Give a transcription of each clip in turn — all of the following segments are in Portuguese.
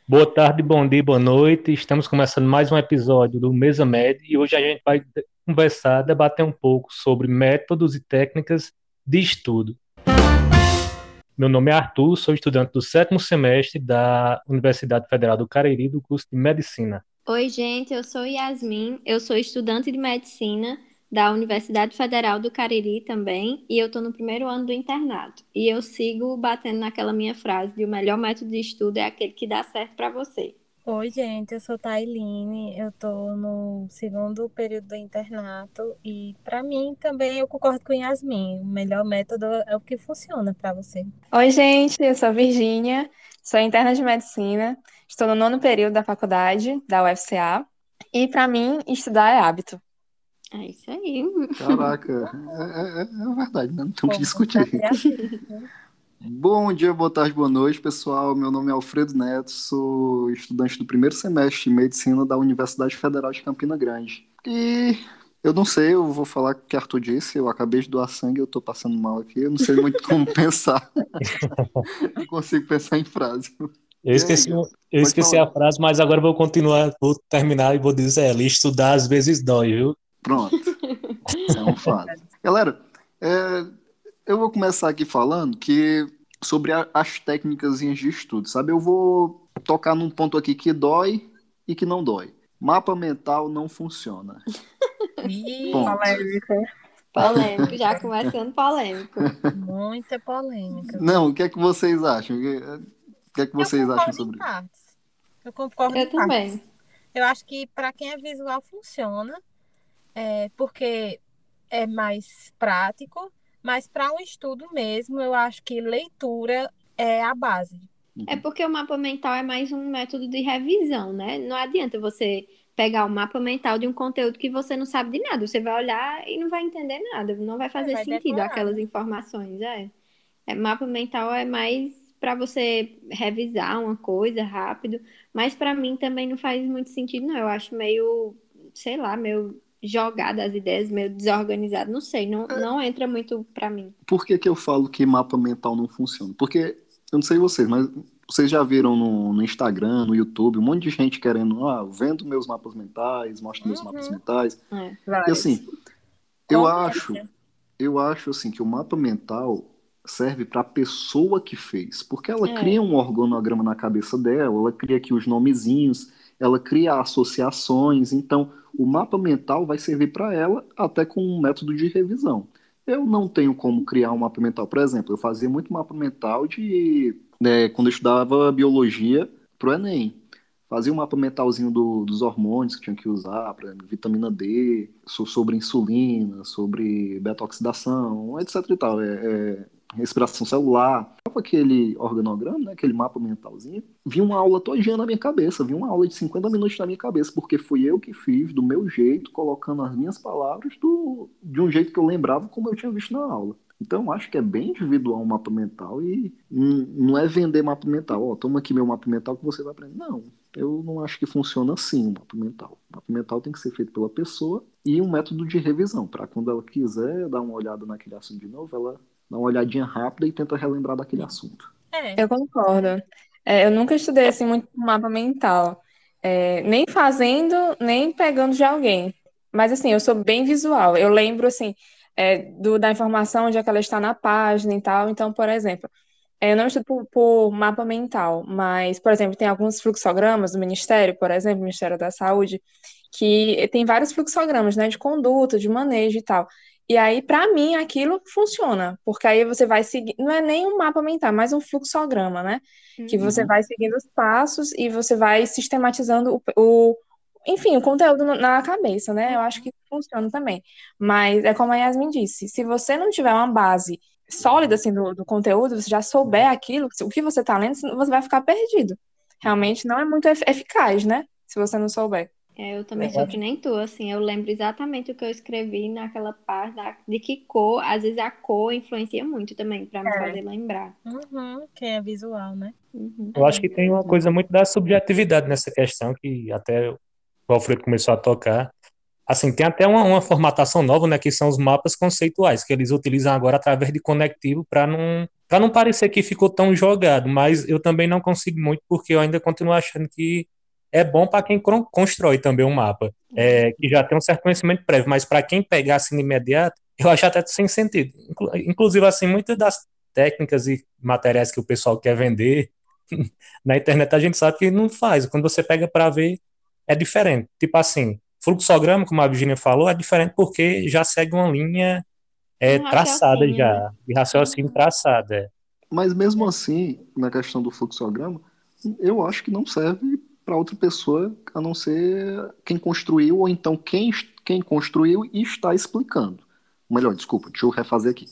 Boa tarde, bom dia, boa noite. Estamos começando mais um episódio do Mesa Med e hoje a gente vai conversar, debater um pouco sobre métodos e técnicas de estudo. Meu nome é Arthur, sou estudante do sétimo semestre da Universidade Federal do Cariri, do curso de Medicina. Oi, gente, eu sou Yasmin, eu sou estudante de medicina da Universidade Federal do Cariri também, e eu estou no primeiro ano do internato. E eu sigo batendo naquela minha frase de o melhor método de estudo é aquele que dá certo para você. Oi, gente, eu sou Tailine, eu tô no segundo período do internato e para mim também eu concordo com Yasmin, o melhor método é o que funciona para você. Oi, gente, eu sou a Virgínia, sou interna de medicina, estou no nono período da faculdade da UFCA e, para mim, estudar é hábito. É isso aí. Caraca, é verdade, né? Não tem o que Bom, discutir. fazer assim, né? Bom dia, boa tarde, boa noite, pessoal. Meu nome é Alfredo Neto, sou estudante do primeiro semestre de medicina da Universidade Federal de Campina Grande. E eu não sei, eu vou falar o que Arthur disse, eu acabei de doar sangue, eu tô passando mal aqui, eu não sei muito como pensar, não consigo pensar em frase. Eu E aí, esqueci, Gá? eu Pode esqueci falar. a frase, mas agora eu vou continuar, vou terminar e vou dizer ela, estudar às vezes dói, viu? Pronto, é um fato. Galera, é, eu vou começar aqui falando que sobre as técnicas de estudo, sabe? Eu vou tocar num ponto aqui que dói e que não dói. Mapa mental não funciona. Ponto. Polêmica, Polêmico, já começando polêmico. muita polêmica, Não, viu? o que é que vocês acham? O que é que Eu vocês acham concordo em sobre isso? partes. Eu concordo Eu em partes. também. Eu acho que para quem é visual funciona, porque é mais prático, mas para um estudo mesmo, eu acho que leitura é a base. É Uhum. porque o mapa mental é mais um método de revisão, né? Não adianta você pegar o mapa mental de um conteúdo que você não sabe de nada. Você vai olhar e não vai entender nada, não vai fazer Vai sentido decorar, aquelas né? informações. Mapa mental é mais para você revisar uma coisa rápido, mas para mim também não faz muito sentido, não. Eu acho meio, sei lá, meio jogada as ideias, meio desorganizado, não sei, não entra muito para mim. Por que que eu falo que mapa mental não funciona? Porque, eu não sei vocês, mas vocês já viram no Instagram, no YouTube, um monte de gente querendo, vendo meus mapas mentais, mostra meus mapas Uhum. mentais. É. E Vários. assim, eu acho, Comédia. eu acho assim que o mapa mental serve para a pessoa que fez, porque ela cria É. um organograma na cabeça dela, ela cria aqui os nomezinhos, ela cria associações, então o mapa mental vai servir para ela até com um método de revisão. Eu não tenho como criar um mapa mental. Por exemplo, eu fazia muito mapa mental quando eu estudava biologia pro Enem. Fazia um mapa mentalzinho dos hormônios que tinha que usar, por exemplo, vitamina D, sobre insulina, sobre beta-oxidação, etc e tal. Respiração celular. Tava aquele organograma, né, aquele mapa mentalzinho. Vi uma aula todinha na minha cabeça, vi uma aula de 50 minutos na minha cabeça, porque fui eu que fiz do meu jeito, colocando as minhas palavras de um jeito que eu lembrava como eu tinha visto na aula. Então, acho que é bem individual o mapa mental e não é vender mapa mental. Ó, toma aqui meu mapa mental que você vai aprender. Não, eu não acho que funciona assim o mapa mental. O mapa mental tem que ser feito pela pessoa e um método de revisão, para quando ela quiser dar uma olhada naquele assunto de novo, ela dá uma olhadinha rápida e tenta relembrar daquele assunto. É, Eu concordo. Eu nunca estudei assim muito com mapa mental, nem fazendo, nem pegando de alguém. Mas assim, eu sou bem visual. Eu lembro assim, da informação onde é que ela está na página e tal. Então, por exemplo, eu não estudo por mapa mental, mas, por exemplo, tem alguns fluxogramas do Ministério, por exemplo, Ministério da Saúde, que tem vários fluxogramas, né, de conduta, de manejo e tal. E aí, para mim, aquilo funciona, porque aí você vai seguir, não é nem um mapa mental, é mais um fluxograma, né? Que você Uhum. vai seguindo os passos e você vai sistematizando enfim, o conteúdo na cabeça, né? Eu acho que funciona também. Mas é como a Yasmin disse, se você não tiver uma base sólida assim do conteúdo, você já souber aquilo, o que você está lendo, você vai ficar perdido. Realmente não é muito eficaz, né? Se você não souber. Eu também Eu sou que acho, nem tu, assim, eu lembro exatamente o que eu escrevi naquela parte de que cor, às vezes a cor influencia muito também para me fazer lembrar. uhum. Quem é visual, né? Uhum. eu acho que tem uma coisa muito da subjetividade nessa questão, que até o Alfredo começou a tocar. Assim, tem até uma formatação nova, né, que são os mapas conceituais, que eles utilizam agora através de conectivo para não parecer que ficou tão jogado, mas eu também não consigo muito, porque eu ainda continuo achando que é bom para quem constrói também um mapa, que já tem um certo conhecimento prévio, mas para quem pegar assim de imediato, eu acho até sem sentido. Inclusive, assim, muitas das técnicas e materiais que o pessoal quer vender na internet, a gente sabe que não faz. Quando você pega para ver, é diferente. Tipo assim, fluxograma, como a Virginia falou, é diferente porque já segue uma linha Um traçada raciocínio, né? já, de raciocínio Uhum. traçada. Mas mesmo assim, na questão do fluxograma, eu acho que não serve para outra pessoa a não ser quem construiu ou então quem construiu e está explicando. Melhor, desculpa, deixa eu refazer aqui.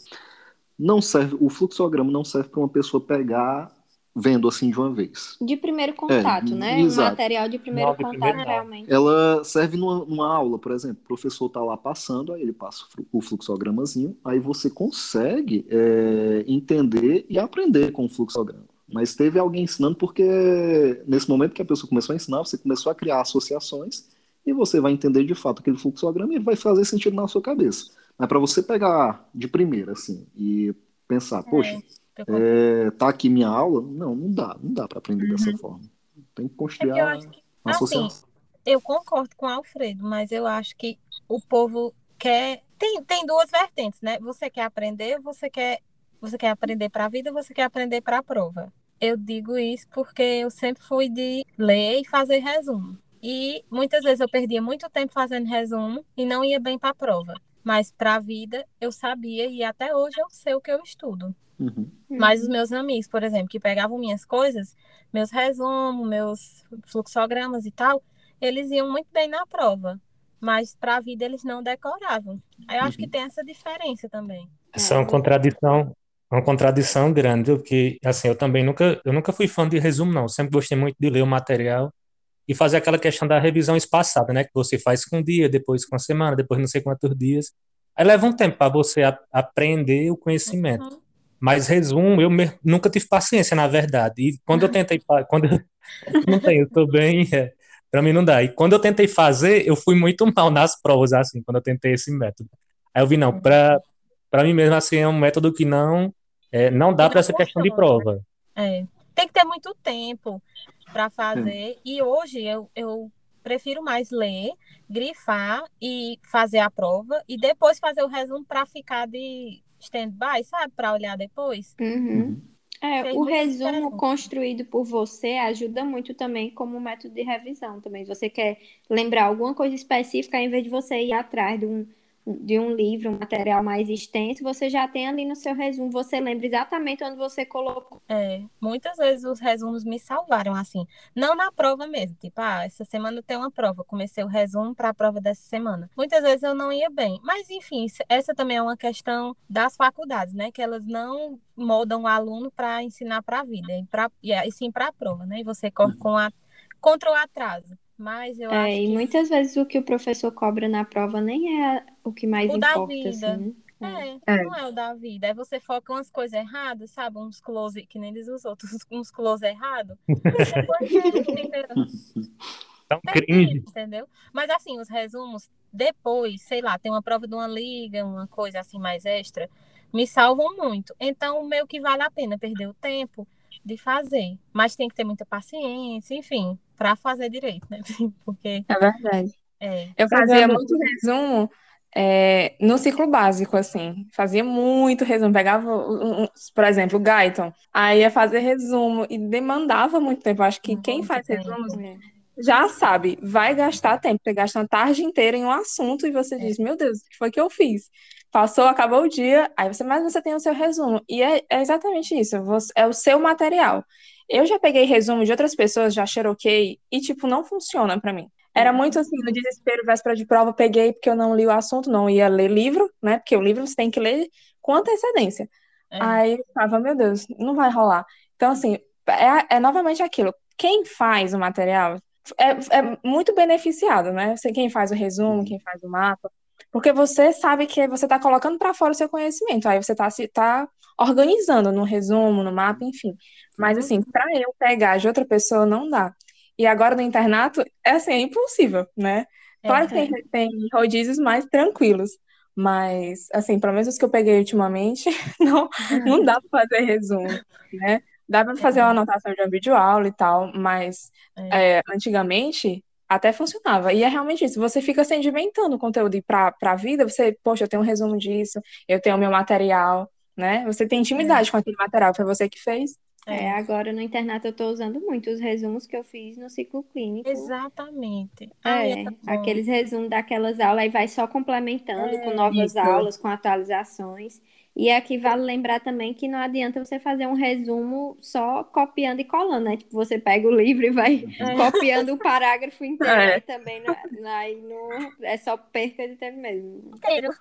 Não serve, o fluxograma não serve para uma pessoa pegar vendo assim de uma vez. De primeiro É, contato, né? Um exato. material de primeiro Não, de primeiro contato, não. realmente. Ela serve numa aula, por exemplo. O professor está lá passando, aí ele passa o fluxogramazinho, aí você consegue entender e aprender com o fluxograma. Mas teve alguém ensinando porque nesse momento que a pessoa começou a ensinar, você começou a criar associações e você vai entender de fato aquele fluxograma e vai fazer sentido na sua cabeça. Mas para você pegar de primeira assim e pensar, poxa, Eu concordo. tá aqui minha aula, não dá para aprender dessa Uhum. forma. Tem que É construir que eu acho que, a assim, associação. eu concordo com o Alfredo, mas eu acho que o povo quer. Tem duas vertentes, né? Você quer aprender, você quer aprender para a vida, você quer aprender para a prova. Eu digo isso porque eu sempre fui de ler e fazer resumo. E muitas vezes eu perdia muito tempo fazendo resumo e não ia bem para a prova. Mas para a vida eu sabia e até hoje eu sei o que eu estudo. Uhum. Mas os meus amigos, por exemplo, que pegavam minhas coisas, meus resumos, meus fluxogramas e tal, eles iam muito bem na prova. Mas para a vida eles não decoravam. Aí eu acho que Uhum. tem essa diferença também. Essa é É, uma contradição grande, porque assim, eu nunca fui fã de resumo, não. Sempre gostei muito de ler o material e fazer aquela questão da revisão espaçada, né? Que você faz com um dia, depois com uma semana, depois não sei quantos dias. Aí leva um tempo para você aprender o conhecimento. Uhum. Mas resumo, nunca tive paciência, na verdade. E quando eu tentei, quando eu não tenho, eu tô bem, para mim não dá. E quando eu tentei fazer, eu fui muito mal nas provas, assim, quando eu tentei esse método. Aí eu vi, não, para mim mesmo, assim, é um método que não Que dá para não essa questão de funciona, né? prova. É. Tem que ter muito tempo para É. fazer. E hoje eu prefiro mais ler, grifar e fazer a prova e depois fazer o resumo para ficar de stand-by, sabe? Para olhar depois. uhum. Uhum. É, Fez o muita resumo diferença. construído por você ajuda muito também como método de revisão também. Você quer lembrar alguma coisa específica, ao invés de você ir atrás de um livro, um material mais extenso, você já tem ali no seu resumo, você lembra exatamente onde você colocou. É, muitas vezes os resumos me salvaram, assim. Não na prova mesmo, tipo, essa semana tem uma prova, comecei o resumo para a prova dessa semana. Muitas vezes eu não ia bem, mas enfim, essa também é uma questão das faculdades, né? Que elas não moldam o aluno para ensinar para a vida, e sim para a prova, né? E você corre contra o atraso. Mas eu É, acho e que muitas vezes o que o professor cobra na prova nem é o que mais o da importa, assim, vida. né? É. É, É. não é o da vida. Aí você foca umas coisas erradas, sabe? Uns close, que nem diz os outros, uns close errados. Depois fica Então, perdido, cringe. entendeu? Mas assim, os resumos, depois, sei lá, tem uma prova de uma liga, uma coisa assim mais extra, me salvam muito. Então, meio que vale a pena perder o tempo de fazer. Mas tem que ter muita paciência, enfim, para fazer direito, né? Porque É verdade. é. Eu Mas é, fazia muito resumo no ciclo básico, assim. Fazia muito resumo. Pegava, por exemplo, o Guyton. Aí ia fazer resumo e demandava muito tempo. Acho que quem Muito faz resumos tempo. É. já sabe, vai gastar tempo. Você gasta uma tarde inteira em um assunto e você É. diz, meu Deus, o que foi que eu fiz? Passou, acabou o dia, mas você tem o seu resumo. E é exatamente isso, é o seu material. Eu já peguei resumo de outras pessoas, já xeroquei, e, tipo, não funciona pra mim. Era muito assim, no desespero, véspera de prova, peguei porque eu não li o assunto, não ia ler livro, né? Porque o livro você tem que ler com antecedência. É. Aí eu ficava, meu Deus, não vai rolar. Então, assim, é novamente aquilo. Quem faz o material é muito beneficiado, né? Você quem faz o resumo, Uhum. quem faz o mapa, porque você sabe que você está colocando para fora o seu conhecimento. Aí você tá organizando no resumo, no mapa, enfim. Mas Sim, assim, para eu pegar de outra pessoa não dá. E agora no internato, é assim, é impossível, né? Claro que É, tem rodízios mais tranquilos, mas, assim, pelo menos os que eu peguei ultimamente, não, não dá para fazer resumo, né? Dá para fazer uma anotação de uma videoaula e tal, mas é, antigamente até funcionava. E é realmente isso, você fica sedimentando o conteúdo e para a vida, você, poxa, eu tenho um resumo disso, eu tenho o meu material, né? Você tem é, intimidade com aquele material, foi você que fez. é. Agora no internato eu estou usando muito os resumos que eu fiz no ciclo clínico. Exatamente. Ai, é tão bom. Aqueles resumos daquelas aulas, aí vai só complementando com novas Isso. aulas, com atualizações. E aqui vale lembrar também que não adianta você fazer um resumo só copiando e colando, né? Tipo, você pega o livro e vai copiando o parágrafo inteiro, É. aí também aí não, é só perca de tempo mesmo.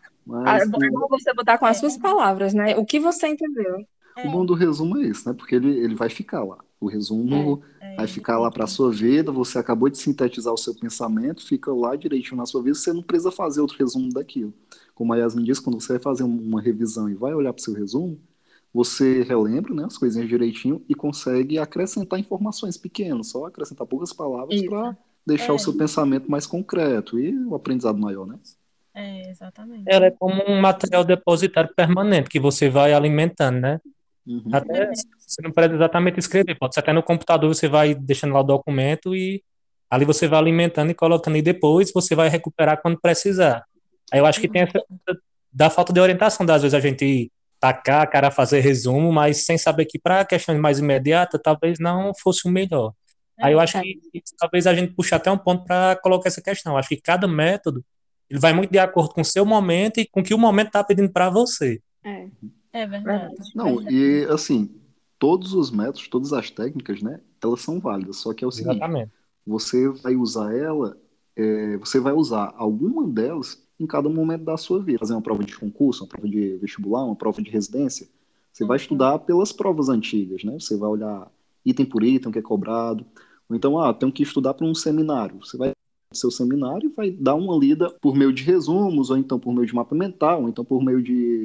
É Mas bom você botar com as É, suas palavras, né? O que você entendeu. o bom do resumo é isso, né? Porque ele vai ficar lá. O É. resumo vai ele ficar lá fica. para a sua vida. Você acabou de sintetizar o seu pensamento, fica lá direitinho na sua vida. Você não precisa fazer outro resumo daquilo. Como a Yasmin disse, quando você vai fazer uma revisão e vai olhar para o seu resumo, você relembra, né, as coisinhas direitinho e consegue acrescentar informações pequenas, só acrescentar poucas palavras Isso. para deixar o É, seu pensamento mais concreto e o aprendizado maior, né? exatamente. Ela é como um material depositário permanente que você vai alimentando, né? Uhum. Até você não precisa exatamente escrever, pode ser até no computador, você vai deixando lá o documento e ali você vai alimentando e colocando, e depois você vai recuperar quando precisar. Aí eu acho que tem essa coisa da falta de orientação, das vezes a gente tacar a cara a fazer resumo, mas sem saber que para questões mais imediatas talvez não fosse o melhor. Aí eu É, acho que talvez a gente puxe até um ponto para colocar essa questão. Eu acho que cada método ele vai muito de acordo com o seu momento e com o que o momento está pedindo para você. É. é verdade. Não, e assim, todos os métodos, todas as técnicas, né, elas são válidas, só que é o seguinte, Exatamente. você vai usar você vai usar alguma delas em cada momento da sua vida. Fazer uma prova de concurso, uma prova de vestibular, uma prova de residência, você vai Uhum. estudar pelas provas antigas, né? Você vai olhar item por item, o que é cobrado. Ou então, tenho que estudar para um seminário. Você vai no seu seminário e vai dar uma lida por meio de resumos, ou então por meio de mapa mental, ou então por meio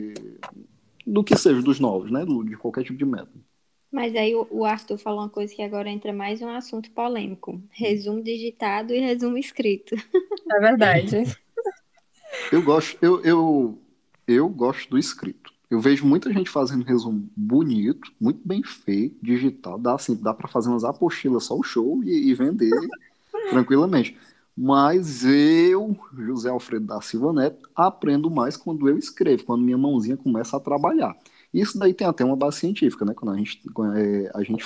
do que seja, dos novos, né? De qualquer tipo de método. Mas aí o Arthur falou uma coisa que agora entra mais um assunto polêmico: resumo digitado e resumo escrito. É verdade. Eu gosto do escrito. Eu vejo muita gente fazendo resumo bonito, muito bem feito, digital. Dá para fazer umas apostilas só o show e vender tranquilamente. Mas eu, José Alfredo da Silva Neto, aprendo mais quando eu escrevo, quando minha mãozinha começa a trabalhar. Isso daí tem até uma base científica, né? A gente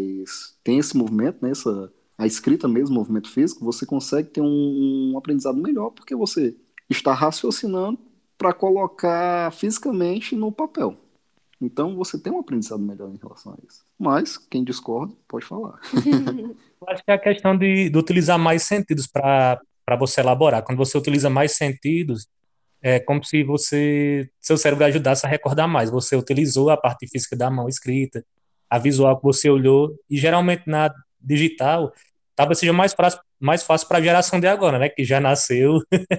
tem esse movimento, né? A escrita mesmo, movimento físico, você consegue ter um aprendizado melhor porque você está raciocinando para colocar fisicamente no papel. Então você tem um aprendizado melhor em relação a isso. Mas quem discorda pode falar. Eu acho que é a questão de utilizar mais sentidos para você elaborar. Quando você utiliza mais sentidos, é como se seu cérebro ajudasse a recordar mais. Você utilizou a parte física da mão escrita, a visual que você olhou, e geralmente na digital, talvez seja mais fácil para a geração de agora, né? Que já nasceu,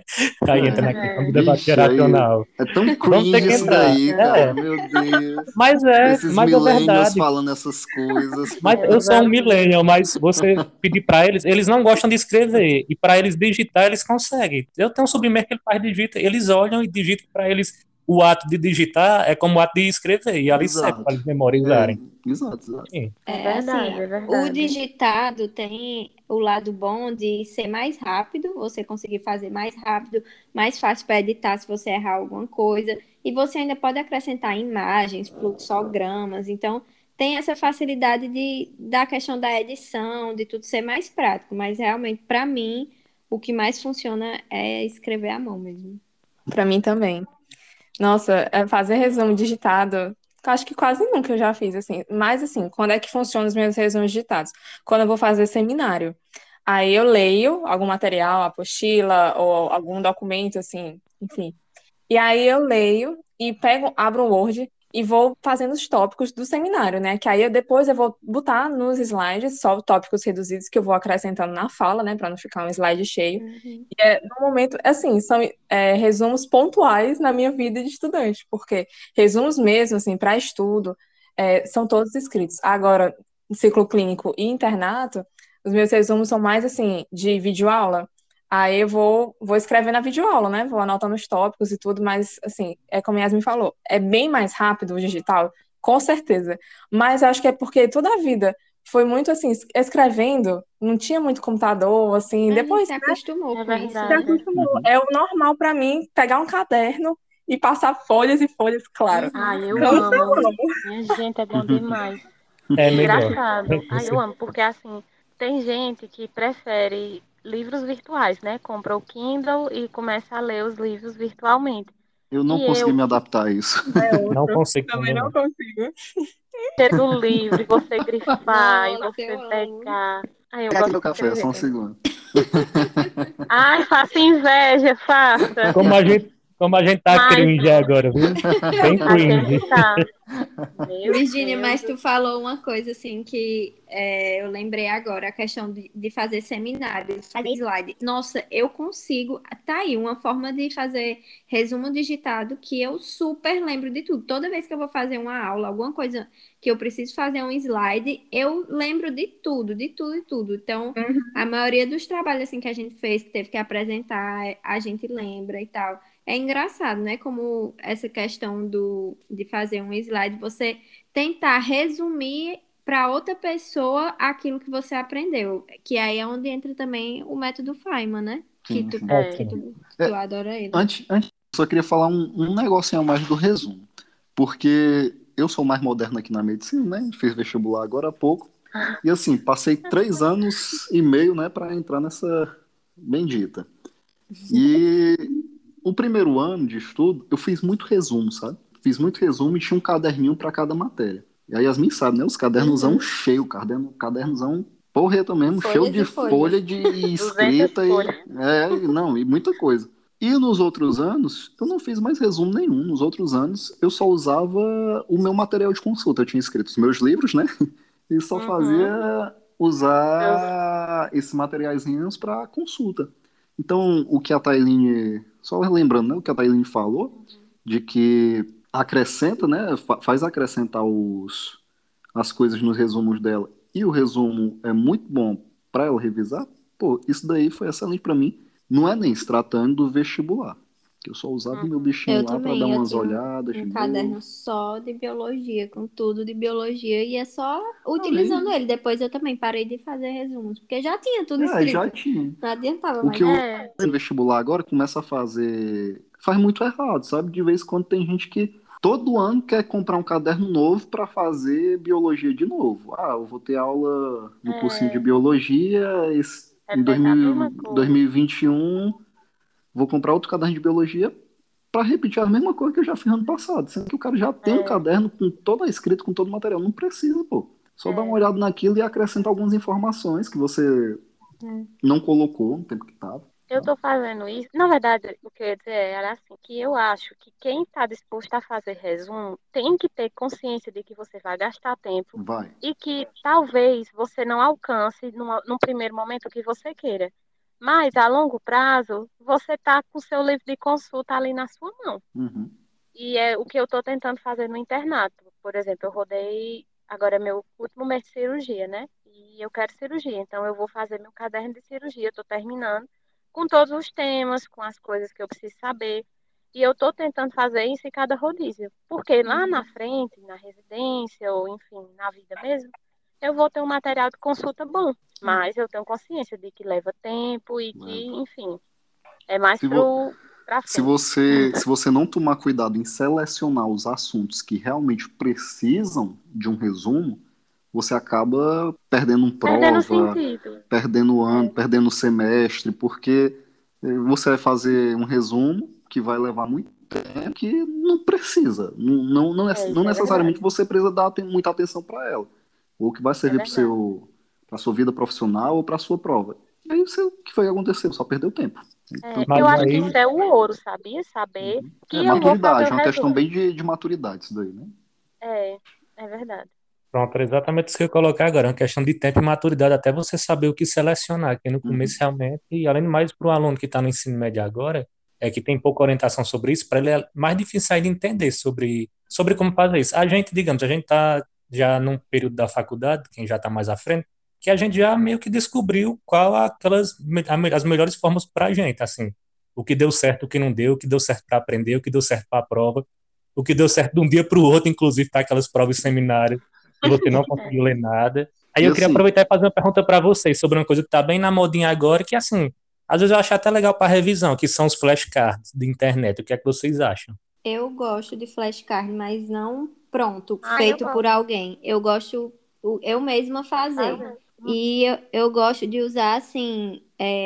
aí entra na questão do debate Vixe, aí geracional. é tão Vamos ter cringe que isso entrar. daí, cara. Meu Deus. Esses Mas é millennials verdade. falando essas coisas. Mas eu sou um millennial, mas você pedir para eles não gostam de escrever. E para eles digitar, eles conseguem. Eu tenho um sobrinho que ele faz digita, eles olham e digitam para eles. O ato de digitar é como o ato de escrever, e ali serve para Exato. eles memorizarem. Exato. Sim. É verdade, é verdade. O digitado tem o lado bom de ser mais rápido, você conseguir fazer mais rápido, mais fácil para editar se você errar alguma coisa, e você ainda pode acrescentar imagens, fluxogramas, então tem essa facilidade da questão da edição, de tudo ser mais prático, mas realmente, para mim, o que mais funciona é escrever à mão mesmo. Para mim também. Nossa, fazer resumo digitado, acho que quase nunca eu já fiz, assim. Mas, assim, quando é que funcionam os meus resumos digitados? Quando eu vou fazer seminário. Aí eu leio algum material, apostila ou algum documento, assim, enfim. E aí eu leio e abro o Word e vou fazendo os tópicos do seminário, né? Que aí depois eu vou botar nos slides só tópicos reduzidos que eu vou acrescentando na fala, né? Para não ficar um slide cheio. Uhum. E no momento, assim, são resumos pontuais na minha vida de estudante, porque resumos mesmo, assim, para estudo, são todos escritos. Agora, ciclo clínico e internato, os meus resumos são mais, assim, de videoaula. Aí eu vou escrever na videoaula, né? Vou anotando os tópicos e tudo, mas, assim, é como a Yasmin falou, é bem mais rápido o digital, com certeza. Mas acho que é porque toda a vida foi muito, assim, escrevendo, não tinha muito computador, assim, A gente depois se acostumou É com isso, se né? verdade. acostumou. É o normal para mim pegar um caderno e passar folhas e folhas, claro. Ai, eu Cansa, amo. não. Minha gente, é bom demais. É melhor. Engraçado. Ai, eu amo, porque assim, tem gente que prefere livros virtuais, né? Compra o Kindle e começa a ler os livros virtualmente. Eu não E consegui eu, me adaptar a isso. É Não outro. consigo Também também, não não. consigo. ter do livro, e você grifar, e Nossa, você eu amo. pegar. Ai, eu Pega aqui gosto meu de café, só escrever um também. segundo. Ai, faça inveja, faça. Como a gente tá Mas cringe agora, viu? Bem a gente cringe. tá. Meu Virginia, Deus mas do tu falou uma coisa assim que eu lembrei agora, a questão de fazer seminários, fazer slide. Nossa, eu consigo. Tá aí uma forma de fazer resumo digitado que eu super lembro de tudo. Toda vez que eu vou fazer uma aula, alguma coisa que eu preciso fazer um slide, eu lembro de tudo, de tudo, de tudo. Então, Uhum. a maioria dos trabalhos assim que a gente fez, que teve que apresentar, a gente lembra e tal. É engraçado, né? Como essa questão de fazer um slide, você tentar resumir para outra pessoa aquilo que você aprendeu. Que aí é onde entra também o método Feynman, né? Que Sim, tu, sim. É, que sim. tu, tu É, adora ele. antes, eu só queria falar um negocinho a mais do resumo. Porque eu sou mais moderno aqui na medicina, né? Fiz vestibular agora há pouco. E assim, passei 3 anos e meio, né, para entrar nessa bendita. E o primeiro ano de estudo, eu fiz muito resumo, sabe? Fiz muito resumo e tinha um caderninho para cada matéria. E aí Yasmin sabe, né? Os cadernozão Uhum. cheio, cadernozão porreta mesmo, cheio Folhas de e folhas. folha de 200 escrita folhas. não, e muita coisa. E nos outros anos, eu não fiz mais resumo nenhum. Nos outros anos, eu só usava o meu material de consulta. Eu tinha escrito os meus livros, né? E só Uhum. fazia Meus... usar esses materiaizinhos para consulta. Então, o que a Tailine, só lembrando, né, o que a Tailine falou, de que acrescenta, né, faz acrescentar as coisas nos resumos dela, e o resumo é muito bom para ela revisar, pô, isso daí foi excelente para mim. Não é nem se tratando do vestibular, que eu só usava o meu Uhum. bichinho Eu lá para dar também, eu umas tinha olhadas um de caderno novo. só de biologia, com tudo de biologia, e é só Aí, utilizando ele. Depois eu também parei de fazer resumos, porque já tinha tudo já escrito. tinha. Não adiantava O que mais. eu É, no vestibular agora começa a fazer. Faz muito errado, sabe? De vez em quando tem gente que todo ano quer comprar um caderno novo para fazer biologia de novo. Ah, eu vou ter aula no cursinho de é, biologia é em sempre a mesma coisa. 2021. Vou comprar outro caderno de biologia para repetir a mesma coisa que eu já fiz ano passado. Sendo que o cara já tem um É, caderno com toda a escrita, com todo o material. Não precisa, pô. Só dá uma é. olhada naquilo e acrescenta algumas informações que você não colocou no tempo que estava. Eu tô fazendo isso. Na verdade, o que eu ia dizer era assim, que eu acho que quem está disposto a fazer resumo tem que ter consciência de que você vai gastar tempo Vai. e que talvez você não alcance num primeiro momento o que você queira. Mas a longo prazo, você está com o seu livro de consulta ali na sua mão. Uhum. E é o que eu estou tentando fazer no internato. Por exemplo, eu rodei, agora é meu último mês de cirurgia, né? E eu quero cirurgia, então eu vou fazer meu caderno de cirurgia. Estou terminando com todos os temas, com as coisas que eu preciso saber. E eu estou tentando fazer isso em cada rodízio. Porque lá na frente, na residência, ou enfim, na vida mesmo, eu vou ter um material de consulta bom. Mas eu tenho consciência de que leva tempo e que, Leva. enfim, é mais Se, vo- pra se frente. você não tomar cuidado em selecionar os assuntos que realmente precisam de um resumo, você acaba perdendo Perdendo prova, sentido. perdendo ano, É, perdendo semestre, porque você vai fazer um resumo que vai levar muito tempo que não precisa. Não isso é verdade. necessariamente você precisa dar muita atenção para ela. Ou que vai É servir verdade. para sua vida profissional ou para sua prova. E aí o que foi que aconteceu? Só perdeu tempo. Então, É, eu Mas acho que aí, isso é o ouro, sabia? Saber é que eu vou fazer maturidade, o é uma questão resumo. bem de maturidade isso daí, né? É, é verdade. pronto, era exatamente isso que eu ia colocar agora, uma questão de tempo e maturidade, até você saber o que selecionar, que no começo Uhum. realmente, e além de mais para o aluno que está no ensino médio agora, é que tem pouca orientação sobre isso, para ele é mais difícil ainda entender sobre como fazer isso. A gente, digamos, a gente está já num período da faculdade, quem já está mais à frente, que a gente já meio que descobriu qual as melhores formas para a gente, assim, o que deu certo, o que não deu, o que deu certo para aprender, o que deu certo para a prova, o que deu certo de um dia para o outro, inclusive para aquelas provas de seminário que você não conseguiu ler nada. Aí E eu queria assim, aproveitar e fazer uma pergunta para vocês sobre uma coisa que está bem na modinha agora, que assim, às vezes eu acho até legal para revisão, que são os flashcards de internet. O que é que vocês acham? Eu gosto de flashcard, mas não pronto, Ah, eu feito por gosto. alguém. Eu gosto eu mesma fazer. Fazer. E eu gosto de usar assim,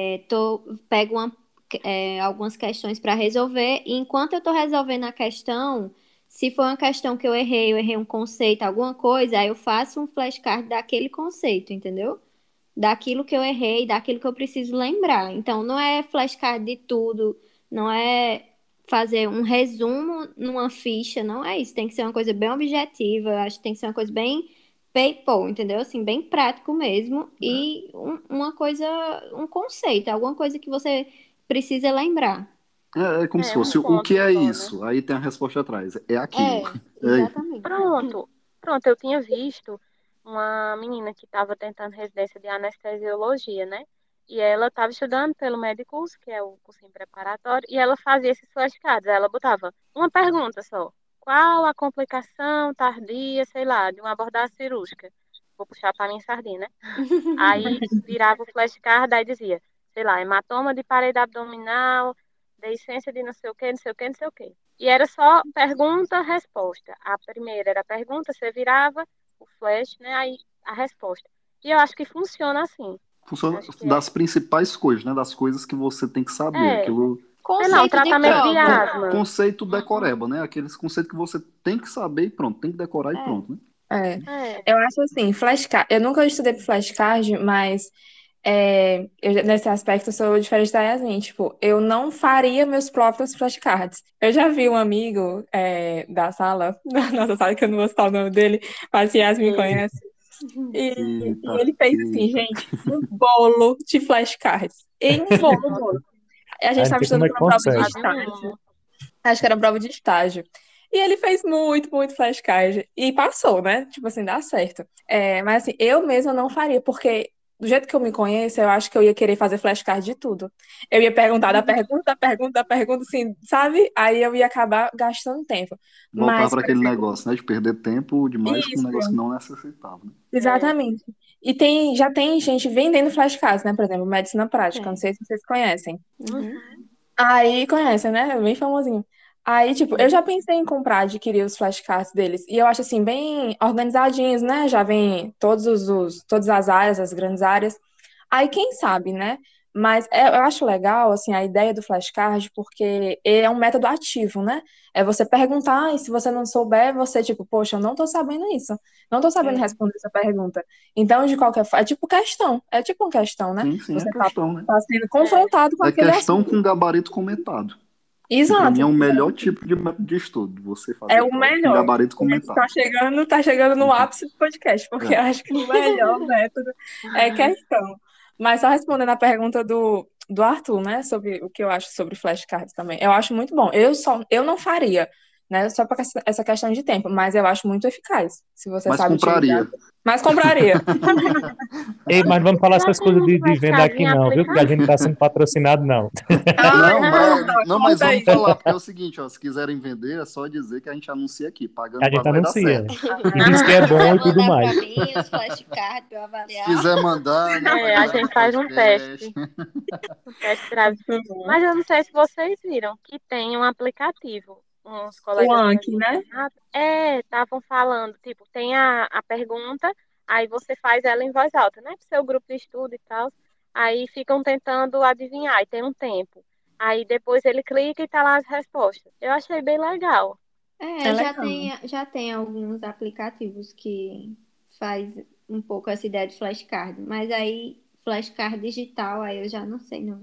pego algumas questões para resolver, e enquanto eu estou resolvendo a questão, se for uma questão que eu errei um conceito, alguma coisa, aí eu faço um flashcard daquele conceito, entendeu? Daquilo que eu errei, daquilo que eu preciso lembrar. Então, não é flashcard de tudo, não é fazer um resumo numa ficha, não é isso. Tem que ser uma coisa bem objetiva, eu acho que tem que ser uma coisa bem people, entendeu? Assim, bem prático mesmo. E uma coisa, um conceito, alguma coisa que você precisa lembrar. é como se Um fosse o ponto que é só, né? isso? Aí tem a resposta atrás. É aquilo. É, É isso. exatamente. Pronto, eu tinha visto uma menina que estava tentando residência de anestesiologia, né? E ela estava estudando pelo Medicus, que é o cursinho preparatório, e ela fazia esses flashcards. Ela botava uma pergunta só. Qual a complicação tardia, sei lá, de uma abordagem cirúrgica? Vou puxar para minha sardinha, né? Aí virava o flashcard, aí dizia, sei lá, hematoma de parede abdominal, deiscência de não sei o quê, não sei o quê, não sei o quê. E era só pergunta, resposta. A primeira era a pergunta, você virava o flash, né? Aí a resposta. E eu acho que funciona assim. Funciona Acho que das principais coisas, né? Das coisas que você tem que saber. é, Aquilo, sei lá, um Conceito de tratamento de prova. asma. conceito decoreba, né? Aqueles conceitos que você tem que saber e pronto, tem que decorar e É. pronto, né? É. É, Eu acho assim, flashcard. Eu nunca estudei por flashcard, mas nesse aspecto eu sou diferente da Yasmin. Tipo, eu não faria meus próprios flashcards. Eu já vi um amigo da sala, da nossa sala, que eu não vou citar o nome dele, mas a Yasmin e conhece. E Eita, ele fez assim, eita. gente, um bolo de flashcards. Em um bolo. A gente Aí não estava sei como estudando é que para uma prova de consegue. sabe estágio. uma. Acho que era prova de estágio. E ele fez muito, muito flashcard. E passou, né? Tipo assim, dá certo. Mas assim, eu mesma não faria, porque do jeito que eu me conheço, eu acho que eu ia querer fazer flashcard de tudo. Eu ia perguntar da pergunta, assim, sabe? Aí eu ia acabar gastando tempo. Voltar Mas, para por aquele exemplo, negócio, né? De perder tempo demais com um negócio que isso, não necessitava, né? É, exatamente. E já tem gente vendendo flashcards, né? Por exemplo, medicina prática. Não Tem. sei se vocês conhecem. Uhum. Aí conhecem, né? É bem famosinho. Aí, tipo, eu Sim. já pensei em comprar, adquirir os flashcards deles. E eu acho, assim, bem organizadinhos, né? Já vem todas as áreas, as grandes áreas. Aí, quem sabe, né? Mas eu acho legal, assim, a ideia do flashcard, porque ele é um método ativo, né? É você perguntar, e se você não souber, você, tipo, poxa, eu não tô sabendo isso. Não tô sabendo É. responder essa pergunta. Então, de qualquer forma, é tipo uma questão, né? Sim, sim, é Você tá, questão, né? tá sendo é. confrontado com É aquele questão assunto. com gabarito comentado. Que para mim Exato. é o melhor tipo de método de estudo, você É fazer o prova com melhor. gabarito Esse comentado. tá chegando no Uhum. ápice do podcast, porque eu É. acho que o melhor método é questão. Mas só respondendo a pergunta do Arthur, né, sobre o que eu acho sobre flashcards também. Eu acho muito bom. Eu não faria, né, só por essa questão de tempo, mas eu acho muito eficaz, se você Mas sabe utilizar. compraria. Mas compraria. Ei, mas vamos falar Já essas tem coisas uns de venda flashcards aqui em não, viu? Porque a gente não tá sendo aplicativo? patrocinado, não. Ai, Não, não, mas, Não. não, mas corta vamos isso. falar, porque é o seguinte, ó, se quiserem vender, é só dizer que a gente anuncia aqui, pagando A gente quase vai dar anuncia. certo. E diz que é Se bom quiser e tudo mandar mais. pra mim os flashcards pra eu Se avaliar. quiser mandar, né, pra A galera do gente faz um teste. podcast. Um test drive. Muito bom. Mas eu não sei se vocês viram que tem um aplicativo. Uns O colegas meus Anki, do né? internato, estavam falando, tipo, tem a pergunta, aí você faz ela em voz alta, né? Pro seu grupo de estudo e tal. Aí ficam tentando adivinhar, e tem um tempo. Aí depois ele clica e tá lá as respostas. Eu achei bem legal. É É, legal. já tem alguns aplicativos que faz um pouco essa ideia de flashcard, mas aí flashcard digital, aí eu já não sei não.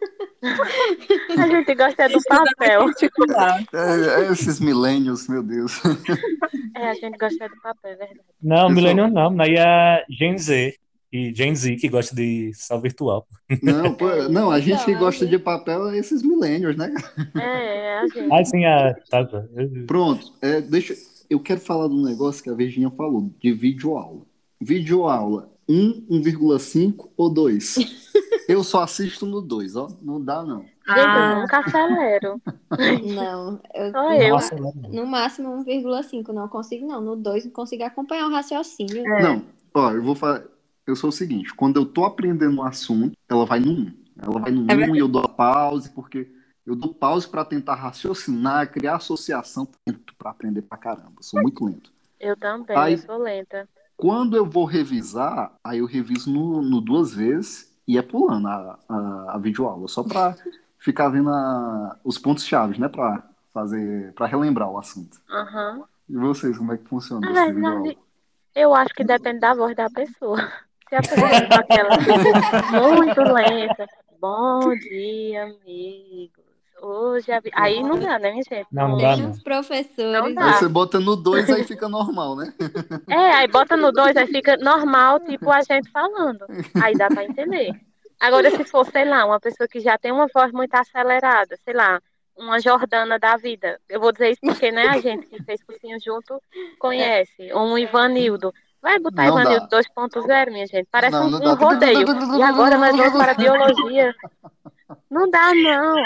A gente gosta do Estudo é muito papel. particular. Esses millennials, meu Deus. A gente gosta do papel, é verdade. Não, Pessoal, Millennium não, aí é Gen Z. E Gen Z que gosta de sal virtual. não, pô, não, a gente Então, que a gosta de gente. papel é esses millennials, né? É a Ah, gente. sim, tá. Pronto, eu quero falar de um negócio que a Virginia falou, de videoaula. Videoaula 1,5 ou 2? Eu só assisto no 2, ó. Não dá, não. Gente, eu Ah, nunca acelero. Não, Só Não eu. acelera, não. no máximo 1,5, não consigo não. No 2 não consigo acompanhar o raciocínio. é. Não, ó, eu sou o seguinte, quando eu tô aprendendo um assunto, ela vai no 1. Ela vai no É 1 e verdade. eu dou a pause, porque eu dou pause para tentar raciocinar, criar associação para aprender pra caramba. Eu sou muito lento. Eu também, eu Aí, sou lenta. quando eu vou revisar, aí eu reviso no 2 vezes e é pulando a videoaula, só para ficar vendo os pontos-chave, né, para relembrar o assunto. Aham. E vocês, como é que funciona Na essa videoaula? verdade, eu acho que depende da voz da pessoa. Se a pessoa for aquela, tipo, muito lenta. Bom dia, amigos. Hoje aí não dá, né, minha gente? Não, não Não, dá, Tem não. uns não professores. Aí você dá. bota no 2, aí fica normal, né? Aí bota no 2, aí fica normal, tipo a gente falando. Aí dá pra entender. Agora, se for, sei lá, uma pessoa que já tem uma voz muito acelerada, sei lá, uma Jordana da vida. Eu vou dizer isso porque, né, a gente que fez cursinho junto conhece. Ou um Ivanildo. Vai botar Não Ivanildo dá. 2.0, minha gente. Parece Não, um, não um dá. rodeio. E agora nós vamos para a biologia. Não dá, não.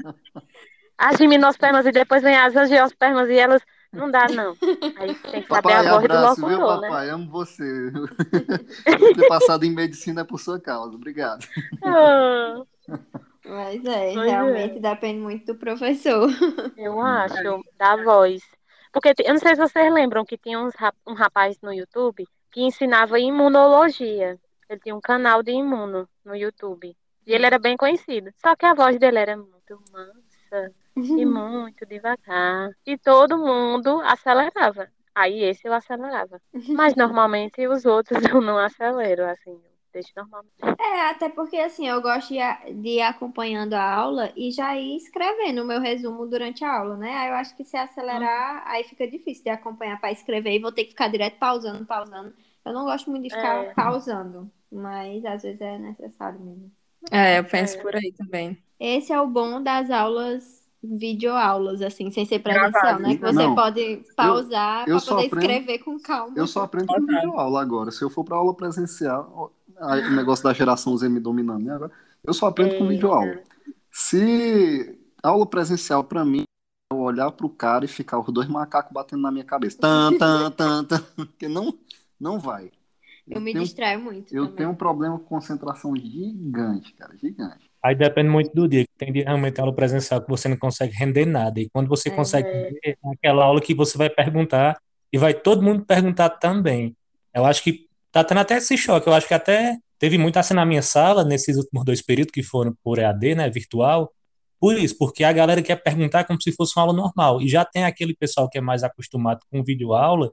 As gimnospermas e depois vem as angiospermas e elas. Não dá, não. Aí tem que saber a Papai, voz do abraço, viu, locutor, né? papai? Amo você. Eu ter passado em medicina é por sua causa. Obrigado. Ah, Mas pois realmente é. depende muito do professor. Eu acho, da voz. Porque eu não sei se vocês lembram que tinha um rapaz no YouTube que ensinava imunologia. Ele tinha um canal de imuno no YouTube. E ele era bem conhecido. Só que a voz dele era muito mansa e muito devagar. E todo mundo acelerava. Aí esse eu acelerava. Mas normalmente os outros eu não acelero, assim. Eu deixo normalmente. Até porque assim, eu gosto de ir acompanhando a aula e já ir escrevendo o meu resumo durante a aula, né? Aí eu acho que se acelerar, aí fica difícil de acompanhar para escrever e vou ter que ficar direto pausando, pausando. Eu não gosto muito de ficar É, pausando, mas às vezes é necessário mesmo. Eu penso é. por aí também. Esse é o bom das aulas, videoaulas, assim, sem ser presencial, Gravado. né? Que você Não, pode eu, pausar eu para só poder aprendo, escrever com eu calma. só aprendo com videoaula agora. Se eu for para aula presencial, o negócio da geração Z me dominando, né? Agora, eu só aprendo com videoaula. Eita. Se aula presencial para mim é eu olhar pro cara e ficar os dois macacos batendo na minha cabeça, tan, tan, tan, tan, porque não vai. Eu Eu me tenho, distraio muito eu tenho um também. problema com concentração gigante, cara, gigante. Aí depende muito do dia, que tem dia realmente aula presencial que você não consegue render nada. E quando você É. consegue render, é aquela aula que você vai perguntar e vai todo mundo perguntar também. Eu acho que tá tendo até esse choque. Eu acho que até teve muito assim na minha sala, nesses últimos 2 períodos que foram por EAD, né, virtual. Por isso, porque a galera quer perguntar como se fosse uma aula normal. E já tem aquele pessoal que é mais acostumado com videoaula,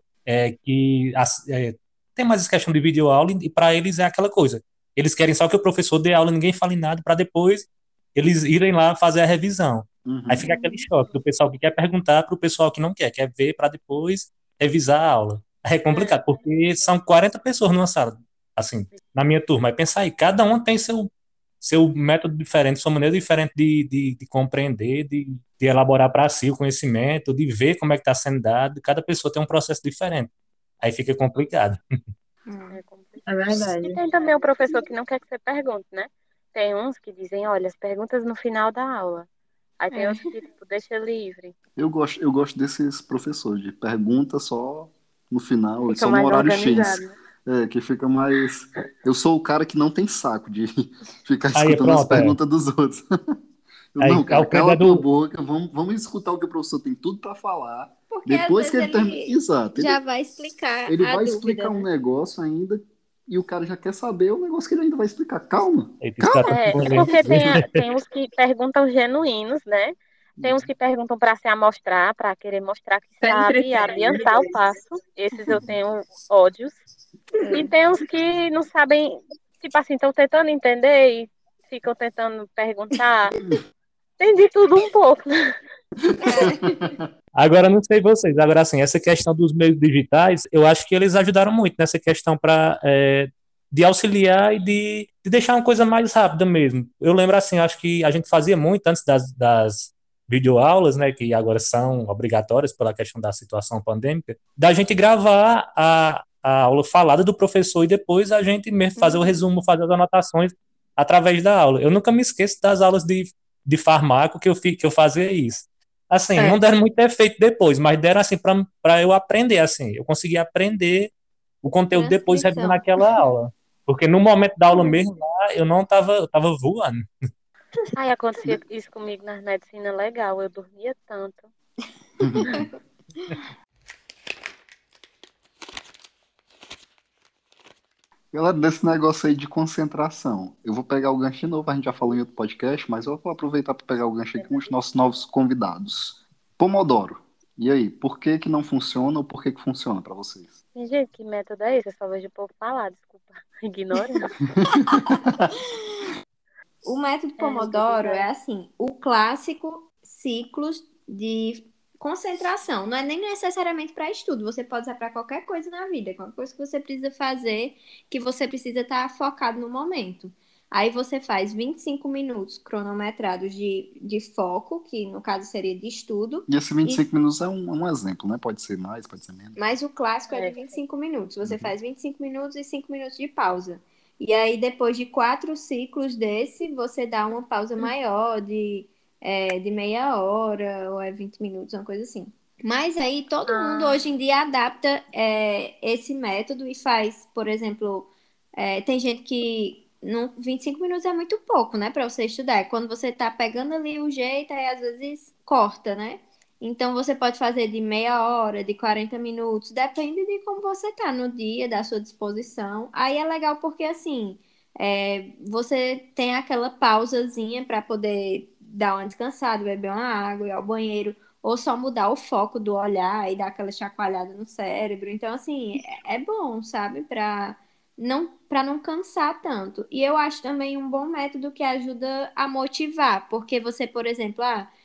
tem mais essa questão de videoaula e para eles é aquela coisa. Eles querem só que o professor dê aula, ninguém fale nada, para depois eles irem lá fazer a revisão. Aí Uhum. fica aquele choque do pessoal que quer perguntar para o pessoal que não quer ver para depois revisar a aula. Aí é complicado, porque são 40 pessoas numa sala, assim, na minha turma. Aí pensa aí, cada um tem seu método diferente, sua maneira diferente de compreender, de elaborar para si o conhecimento, de ver como é que está sendo dado. Cada pessoa tem um processo diferente. Aí fica complicado. É É complicado. E verdade. tem também o professor que não quer que você pergunte, né? Tem uns que dizem, olha, as perguntas no final da aula. Aí tem É. outros que, tipo, deixa livre. Eu gosto desses professores de pergunta só no final, Fica só no mais horário organizado, X. né? Que fica mais. Eu sou o cara que não tem saco de ficar Aí escutando as pronto, perguntas dos outros. Não, Aí cara, Alfredo cala é a tua do. boca, vamos escutar o que o professor tem tudo para falar. Porque às Depois que vezes ele termina. ele Exato, já ele, vai explicar ele a vai dúvida, explicar um né? negócio ainda e o cara já quer saber o negócio que ele ainda vai explicar. Calma, Eita, isso dá calma. tanto É polêmica. porque tem uns que perguntam genuínos, né? Tem uns que perguntam para se amostrar, para querer mostrar que Sempre sabe e tem. adiantar o passo. Esses eu tenho ódios. E tem uns que não sabem, tipo assim, estão tentando entender e ficam tentando perguntar. Tem de tudo um pouco. Agora, não sei vocês, agora assim, essa questão dos meios digitais, eu acho que eles ajudaram muito nessa questão de auxiliar e de deixar uma coisa mais rápida mesmo. Eu lembro assim, acho que a gente fazia muito antes das videoaulas, né, que agora são obrigatórias pela questão da situação pandêmica, da gente gravar a aula falada do professor e depois a gente mesmo fazer o resumo, fazer as anotações através da aula. Eu nunca me esqueço das aulas de farmácia que eu fazia isso. Assim, É, não deram muito efeito depois, mas deram assim para eu aprender, assim. Eu consegui aprender o conteúdo depois revisando Transcrição. aquela aula. Porque no momento da aula mesmo lá, eu tava voando. Aí acontecia isso comigo nas medicina legal, eu dormia tanto. Galera, desse negócio aí de concentração, eu vou pegar o gancho de novo, a gente já falou em outro podcast, mas eu vou aproveitar para pegar o gancho aqui com os nossos novos convidados. Pomodoro. E aí, por que que não funciona ou por que que funciona para vocês? Tem gente, que método é esse? Eu só vejo o povo falar, desculpa. Ignorando. O método É, não tô Pomodoro é ligada. assim, o clássico ciclos de concentração. Não é nem necessariamente para estudo, você pode usar para qualquer coisa na vida, qualquer coisa que você precisa fazer, que você precisa estar focado no momento. Aí você faz 25 minutos cronometrados de foco, que no caso seria de estudo, E esse vinte e e cinco minutos é um exemplo, né? Pode ser mais, pode ser menos. mas o clássico é de É, 25 minutos. Você Uhum. faz 25 minutos e 5 minutos de pausa. E aí, depois de 4 ciclos desse, você dá uma pausa maior de meia hora, ou é 20 minutos, uma coisa assim. Mas aí, todo mundo ah, hoje em dia adapta esse método e faz, por exemplo, tem gente que 25 minutos é muito pouco, né, para você estudar. É quando você tá pegando ali o jeito, aí às vezes corta, né? Então você pode fazer de meia hora, de 40 minutos, depende de como você tá no dia, da sua disposição. Aí é legal porque assim, você tem aquela pausazinha para poder dar uma descansada, beber uma água, ir ao banheiro, ou só mudar o foco do olhar e dar aquela chacoalhada no cérebro. Então, assim, é bom, sabe? Para não cansar tanto. E eu acho também um bom método que ajuda a motivar, porque você, por exemplo,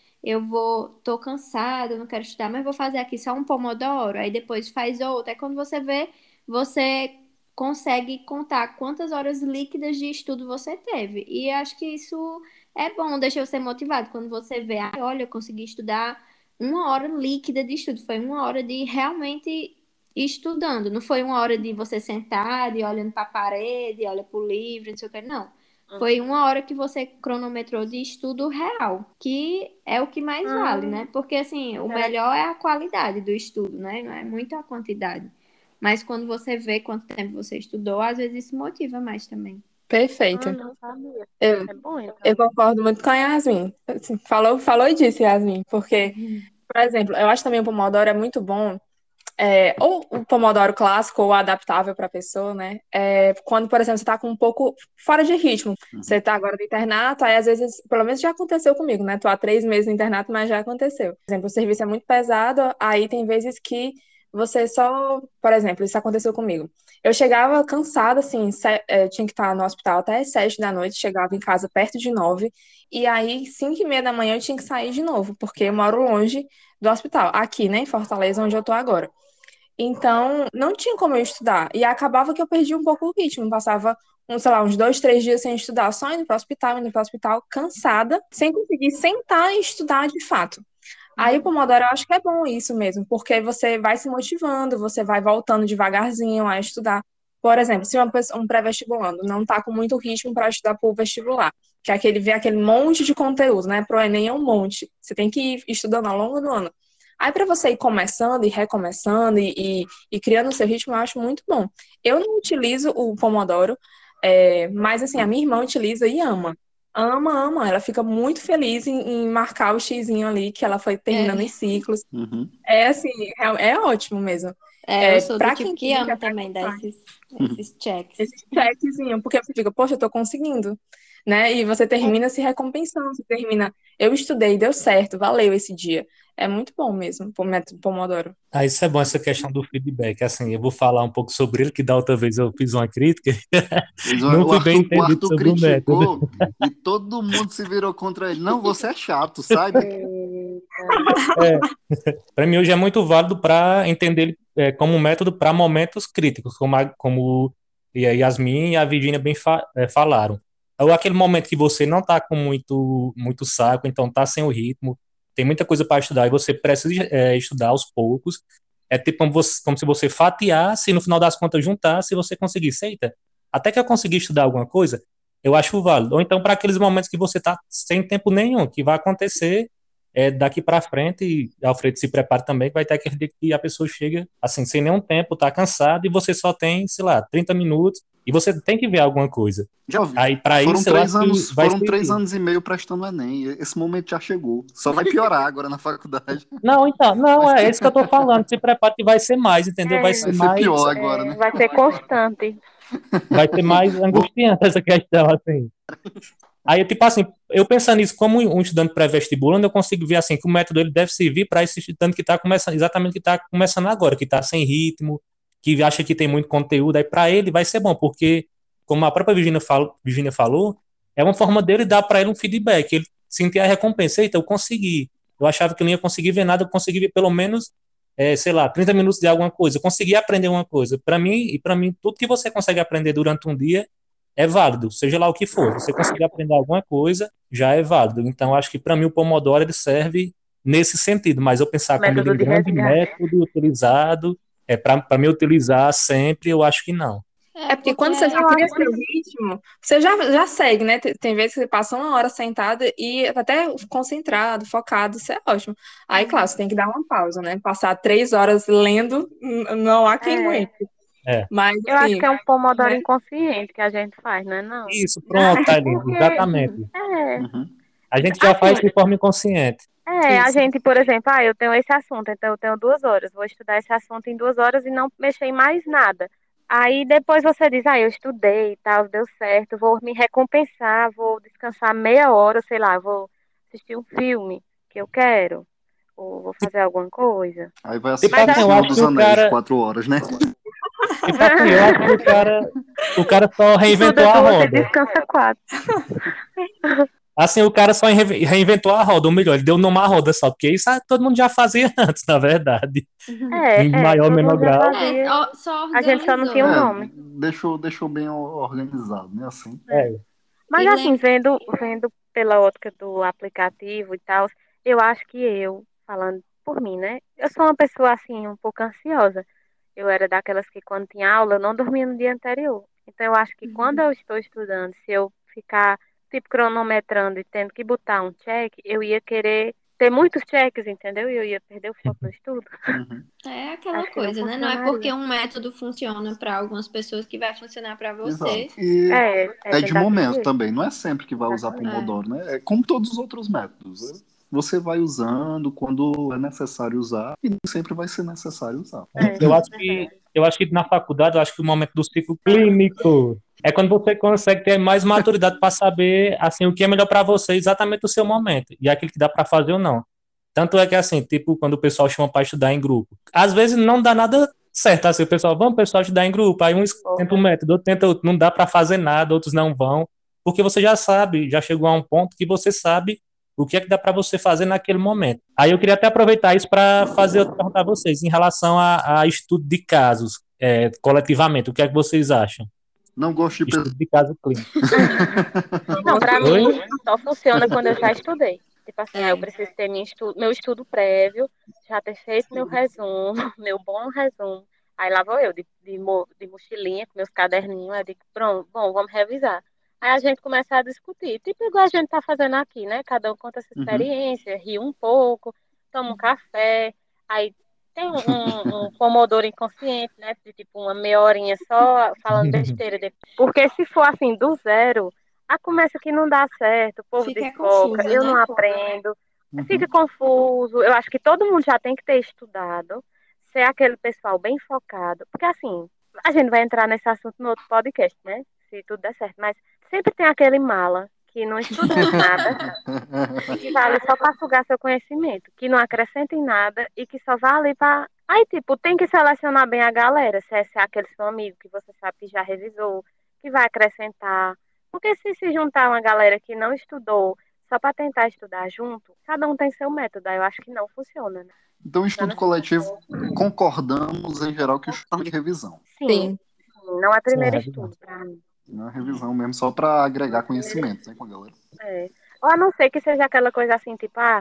tô cansada, não quero estudar, mas vou fazer aqui só um pomodoro, aí depois faz outro. Aí quando você vê, você consegue contar quantas horas líquidas de estudo você teve. E acho que isso é bom, deixa você motivado. Quando você vê, olha, eu consegui estudar 1 hora líquida de estudo, foi 1 hora de realmente estudando, não foi 1 hora de você sentar e olhando para a parede, olha para o livro, não sei o que, não. Foi 1 hora que você cronometrou de estudo real, que é o que mais vale, né? Porque, assim, o será que... melhor é a qualidade do estudo, né? Não é muito a quantidade. Mas quando você vê quanto tempo você estudou, às vezes isso motiva mais também. Ah, perfeito. não sabia. Eu, É bom, eu então. concordo muito com a Yasmin. Assim, falou e disse, Yasmin, porque, por exemplo, eu acho também o Pomodoro é muito bom. Ou o Pomodoro clássico ou adaptável para a pessoa, né? Quando, por exemplo, você está com um pouco fora de ritmo. Você Uhum. está agora no internato, aí às vezes, pelo menos já aconteceu comigo, né? Tô há 3 meses no internato, mas já aconteceu. Por exemplo, o serviço é muito pesado, aí tem vezes que você só, por exemplo, isso aconteceu comigo. Eu chegava cansada, assim, tinha que estar no hospital até às 7 da noite, chegava em casa perto de 9, e aí 5h30 da manhã eu tinha que sair de novo, porque eu moro longe do hospital, aqui, né, em Fortaleza, onde eu tô agora. Então, não tinha como eu estudar. E acabava que eu perdia um pouco o ritmo. Passava, sei lá, uns 2, 3 dias sem estudar, só indo para o hospital, cansada, sem conseguir sentar e estudar de fato. Aí o Pomodoro eu acho que é bom isso mesmo, porque você vai se motivando, você vai voltando devagarzinho a estudar. Por exemplo, se um pré-vestibulando não está com muito ritmo para estudar para o vestibular, que é vê aquele monte de conteúdo, né? Pro Enem é um monte. Você tem que ir estudando ao longo do ano. Aí, para você ir começando e recomeçando e criando o seu ritmo, eu acho muito bom. Eu não utilizo o Pomodoro, mas assim, a minha irmã utiliza e ama. Ama, ama. Ela fica muito feliz em marcar o xizinho ali, que ela foi terminando os É, Uhum. ciclos. É assim, é ótimo mesmo. eu sou do Para tipo quem que tem, que amo até também dar esses checks. esse checkzinho, porque você fica, poxa, eu tô conseguindo, né? E você termina se recompensando, você termina, eu estudei, deu certo, valeu esse dia. É muito bom mesmo, o método Pomodoro. Ah, isso é bom, essa questão do feedback. Assim, eu vou falar um pouco sobre ele, que da outra vez eu fiz uma crítica, não O fui bem o entendido Arthur sobre o método. criticou e todo mundo se virou contra ele. Não, você é chato, sai daqui. Eita. É, para mim hoje é muito válido para entender ele como um método para momentos críticos, como e a Yasmin e a Virginia bem falaram. Ou aquele momento que você não está com muito saco, então está sem o ritmo, tem muita coisa para estudar e você precisa estudar aos poucos. É tipo como se você fatiasse e no final das contas juntasse e você conseguisse, eita, até que eu consegui estudar alguma coisa, eu acho válido. Ou então para aqueles momentos que você está sem tempo nenhum, que vai acontecer daqui para frente, e Alfredo se prepara também, que vai ter aquele dia que a pessoa chega assim, sem nenhum tempo, está cansado e você só tem, sei lá, 30 minutos e você tem que ver alguma coisa. Já vi. Aí para Foram isso eu acho 3 anos, que vai foram 3 servir. anos e meio prestando o Enem. Esse momento já chegou. Só vai piorar agora na faculdade. Não, então, não, é isso que eu tô falando. Se prepara que vai ser mais, entendeu? Vai Vai ser ser mais, pior agora, né? Vai ser constante. vai ser mais angustiante essa questão, assim. Aí, tipo assim, eu pensando nisso como um estudante pré-vestibular, eu consigo ver assim que o método ele deve servir para esse estudante que está começando, exatamente que está começando agora, que está sem ritmo, que acha que tem muito conteúdo, aí para ele vai ser bom, porque, como a própria Virginia falou, é uma forma dele dar para ele um feedback, ele sentir a recompensa, eita, eu consegui. Eu achava que eu não ia conseguir ver nada, eu consegui ver pelo menos, sei lá, 30 minutos de alguma coisa, eu consegui aprender uma coisa. Para mim, tudo que você consegue aprender durante um dia é válido, seja lá o que for. Você conseguir aprender alguma coisa, já é válido. Então, acho que para mim o Pomodoro ele serve nesse sentido, mas eu pensar como ele é Método um de grande resgate. método utilizado, para me utilizar sempre, eu acho que não. É porque quando você já Eu cria acho seu ritmo, você já segue, né? Tem vezes que você passa uma hora sentada e até concentrado, focado, isso é ótimo. Aí, claro, você tem que dar uma pausa, né? Passar 3 horas lendo, não há quem é, aguente. É. Mas, eu acho assim, que é um pomodoro né? inconsciente que a gente faz, não é não? Isso, pronto, Thailene, Porque, exatamente. Uhum. A gente já faz assim, de forma inconsciente. a Isso. gente, por exemplo, eu tenho esse assunto, então eu tenho 2 horas, vou estudar esse assunto em 2 horas e não mexer em mais nada. Aí depois você diz, eu estudei e tal, deu certo, vou me recompensar, vou descansar meia hora, sei lá, vou assistir um filme que eu quero, ou vou fazer alguma coisa. Aí vai Tipo assistir Mas O assim, eu Senhor acho que dos o Anéis de cara, 4 horas, né? tipo assim, eu acho que o cara só reinventou estuda a 2 e roda. descansa 4. Assim, o cara só reinventou a roda, ou melhor, ele deu numa roda só, porque isso todo mundo já fazia antes, na verdade. Em maior ou Todo menor mundo já grau. fazia, Só a gente só não tinha um organizou. nome. Deixou bem organizado, né? Assim. É. Mas E assim, lembra. vendo pela ótica do aplicativo e tal, eu acho que falando por mim, né? Eu sou uma pessoa assim, um pouco ansiosa. Eu era daquelas que quando tinha aula, eu não dormia no dia anterior. Então eu acho que quando eu estou estudando, se eu ficar tipo cronometrando e tendo que botar um check, eu ia querer ter muitos cheques, entendeu? E eu ia perder o foco no estudo. Uhum. É aquela Acho que não coisa, né? Não é porque funcionaria. um método funciona para algumas pessoas que vai funcionar para você. Exato. E É é de tentativa e momento erro. também, não é sempre que vai usar Exatamente. É. Pomodoro, né? É como todos os outros métodos. Você vai usando quando é necessário usar e nem sempre vai ser necessário usar. É, Eu acho que, verdade. eu acho que na faculdade, eu acho que o momento do ciclo clínico é quando você consegue ter mais maturidade para saber assim o que é melhor para você, exatamente o seu momento, e aquilo que dá para fazer ou não. Tanto é que assim, tipo, quando o pessoal chama para estudar em grupo, às vezes não dá nada certo, assim, o pessoal, vamos pessoal estudar em grupo, aí uns tenta um método, outro tenta outro, não dá para fazer nada, outros não vão, porque você já sabe, já chegou a um ponto que você sabe o que é que dá para você fazer naquele momento. Aí eu queria até aproveitar isso para fazer outra pergunta a vocês em relação a estudo de casos, coletivamente, o que é que vocês acham? Não gosto de Estudo de caso clínico. Não, pra Oi? mim, só funciona quando eu já estudei. Tipo assim, eu É. preciso ter meu estudo prévio, já ter feito meu resumo, meu bom resumo. Aí lá vou eu, de mochilinha, com meus caderninhos, aí eu digo, pronto, bom, vamos revisar. Aí a gente começa a discutir, tipo igual a gente tá fazendo aqui, né? Cada um conta essa Uhum. experiência, ri um pouco, toma um café, aí tem um pomodoro inconsciente, né? De tipo uma meia horinha só falando besteira. Porque se for assim, do zero, começa que não dá certo, o povo Fica desfoca, confuso, eu não né? aprendo, fica Uhum. confuso. Eu acho que todo mundo já tem que ter estudado, ser aquele pessoal bem focado, porque assim, a gente vai entrar nesse assunto no outro podcast, né? Se tudo der certo, mas sempre tem aquele mala que não estuda nada e que vai ali só para sugar seu conhecimento, que não acrescenta em nada e que só vai ali para. Aí, tipo, tem que selecionar bem a galera, se é aquele seu amigo que você sabe que já revisou, que vai acrescentar. Porque se juntar uma galera que não estudou só para tentar estudar junto, cada um tem seu método, aí eu acho que não funciona, né? Então, estudo Funciona assim. coletivo, concordamos em geral que o estudo de revisão. Sim, Sim. não é Sim, primeiro é verdade. estudo para mim. Não é revisão mesmo, só para agregar conhecimento, né, com a galera. É. Ou a não ser que seja aquela coisa assim, tipo,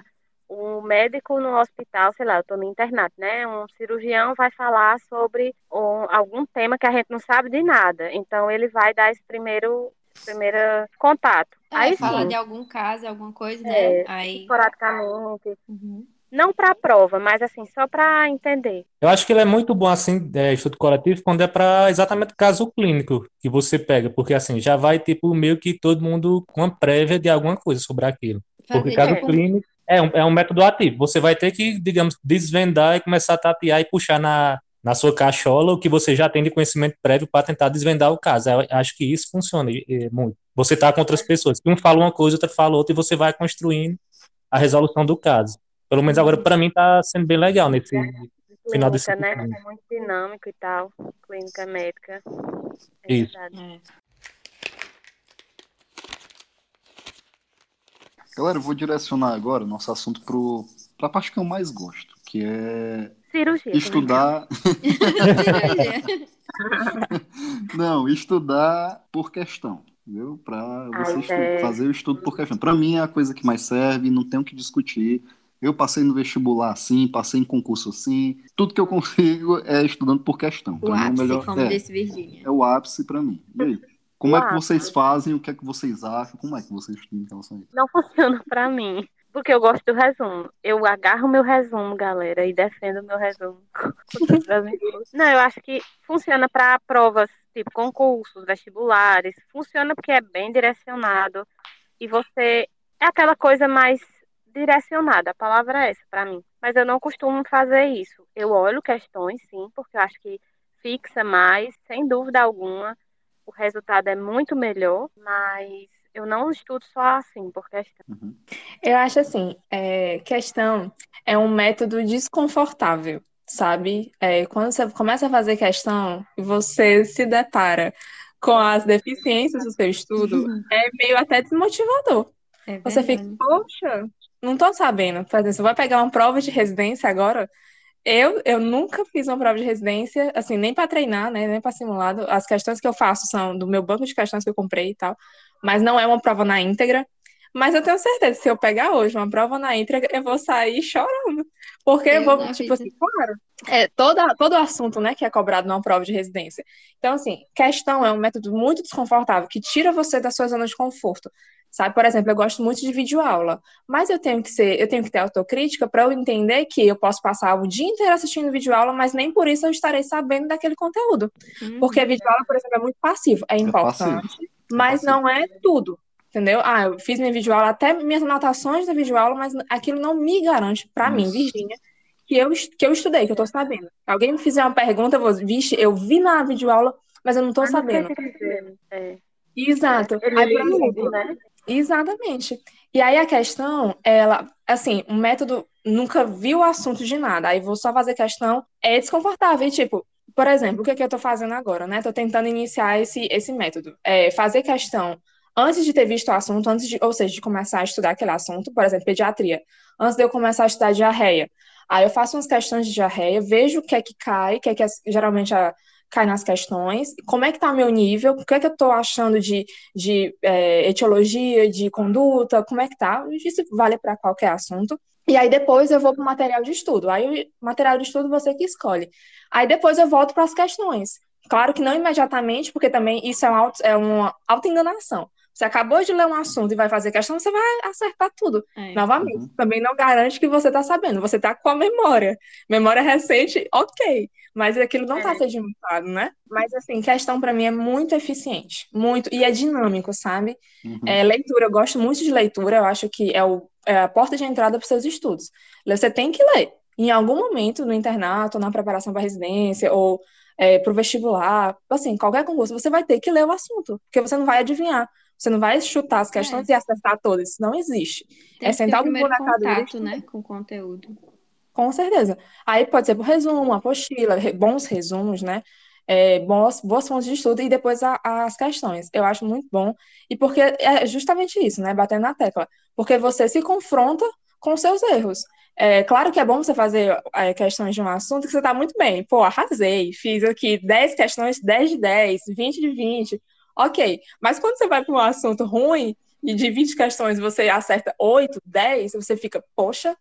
o médico no hospital, sei lá, eu estou no internato, né? Um cirurgião vai falar sobre algum tema que a gente não sabe de nada. Então, ele vai dar esse primeiro contato. Aí Falar de sim, algum caso, alguma coisa, né? Aí. esporadicamente. Uhum. Não para a prova, mas assim, só para entender. Eu acho que ele é muito bom, assim, estudo coletivo, quando é para exatamente caso clínico que você pega, porque assim, já vai, tipo, meio que todo mundo com uma prévia de alguma coisa sobre aquilo. Porque Fazer caso tipo um. clínico é um método ativo. Você vai ter que, digamos, desvendar e começar a tatear e puxar na sua cachola o que você já tem de conhecimento prévio para tentar desvendar o caso. Eu acho que isso funciona muito. Você está com outras pessoas, que um fala uma coisa, outro fala outra, e você vai construindo a resolução do caso. Pelo menos agora, para mim, está sendo bem legal nesse final desse Clínica, né? ano. É muito dinâmico e tal. Clínica médica. É Isso. verdade. Galera, eu vou direcionar agora o nosso assunto para a parte que eu mais gosto, que é Cirurgia. estudar. Cirurgia. Não, estudar por questão, entendeu? Para você fazer o estudo por questão. Para mim é a coisa que mais serve, não tem o que discutir. Eu passei no vestibular assim, passei em concurso assim. Tudo que eu consigo é estudando por questão. O Para mim é o ápice, melhor. como disse Virgínia. É o ápice para mim. E aí? Como é que vocês fazem? O que é que vocês acham? Como é que vocês estudam em relação a isso? Não funciona pra mim. Porque eu gosto do resumo. Eu agarro meu resumo, galera, e defendo meu resumo. Não, eu acho que funciona para provas, tipo concursos, vestibulares. Funciona porque é bem direcionado. E você é aquela coisa mais direcionada. A palavra é essa para mim. Mas eu não costumo fazer isso. Eu olho questões, sim, porque eu acho que fixa mais, sem dúvida alguma. O resultado é muito melhor, mas eu não estudo só assim, por questão. Eu acho assim, questão é um método desconfortável, sabe? Quando você começa a fazer questão e você se depara com as deficiências do seu estudo, é meio até desmotivador. É Você fica, verdade. poxa, não tô sabendo. Por exemplo, você vai pegar uma prova de residência agora? Eu nunca fiz uma prova de residência, assim, nem para treinar, né, nem para simulado. As questões que eu faço são do meu banco de questões que eu comprei e tal, mas não é uma prova na íntegra. Mas eu tenho certeza, se eu pegar hoje uma prova na íntegra, eu vou sair chorando. Porque eu Eu vou, na tipo vida. assim, claro, todo o assunto, né, que é cobrado numa prova de residência. Então, assim, questão é um método muito desconfortável, que tira você da sua zona de conforto. Sabe, por exemplo, eu gosto muito de videoaula, mas eu tenho que ter autocrítica para eu entender que eu posso passar o dia inteiro assistindo videoaula, mas nem por isso eu estarei sabendo daquele conteúdo. Porque videoaula, por exemplo, é muito passivo, é É passivo. importante, mas não é tudo. Entendeu? Eu fiz minha videoaula, até minhas anotações da videoaula, mas aquilo não me garante, para mim, Isso. Virgínia, que eu estudei, que eu tô sabendo. Alguém me fizer uma pergunta, eu vou, vixe, eu vi na videoaula, mas eu não tô sabendo. Exato. Aí, por exemplo, né? exatamente. E aí a questão, ela, assim, o método nunca viu o assunto de nada, aí vou só fazer questão, é desconfortável. E, tipo, por exemplo, o que é que eu tô fazendo agora, né? Tô tentando iniciar esse método. Fazer questão antes de ter visto o assunto, ou seja, de começar a estudar aquele assunto, por exemplo, pediatria. Antes de eu começar a estudar diarreia. Aí eu faço umas questões de diarreia, vejo o que é que cai, o que é que geralmente cai nas questões, como é que tá o meu nível, o que é que eu tô achando de etiologia, de conduta, como é que tá, isso vale para qualquer assunto. E aí depois eu vou para o material de estudo. Aí o material de estudo você que escolhe. Aí depois eu volto para as questões. Claro que não imediatamente, porque também isso é uma autoenganação. Você acabou de ler um assunto e vai fazer questão, você vai acertar tudo. Novamente, também não garante que você está sabendo. Você está com a memória. Memória recente, ok. Mas aquilo não está sedimentado, né? Mas, assim, questão para mim é muito eficiente. Muito. E é dinâmico, sabe? Leitura, eu gosto muito de leitura. Eu acho que é a porta de entrada para os seus estudos. Você tem que ler. Em algum momento, no internato, ou na preparação para residência, ou para o vestibular, assim, qualquer concurso, você vai ter que ler o assunto, porque você não vai adivinhar. Você não vai chutar as questões e acertar todas. Isso não existe. Tem que ter sentar o o bumbum primeiro na cadeira e contato, né, com o conteúdo. com certeza. Aí pode ser por resumo, apostila, bons resumos, né? Boas fontes de estudo e depois as questões. Eu acho muito bom. E porque é justamente isso, né? Batendo na tecla. Porque você se confronta com seus erros. Claro que é bom você fazer questões de um assunto que você está muito bem. Pô, arrasei, fiz aqui 10 questões, 10 de 10, 20 de 20. Ok, mas quando você vai para um assunto ruim e de 20 questões você acerta 8, 10, você fica, poxa,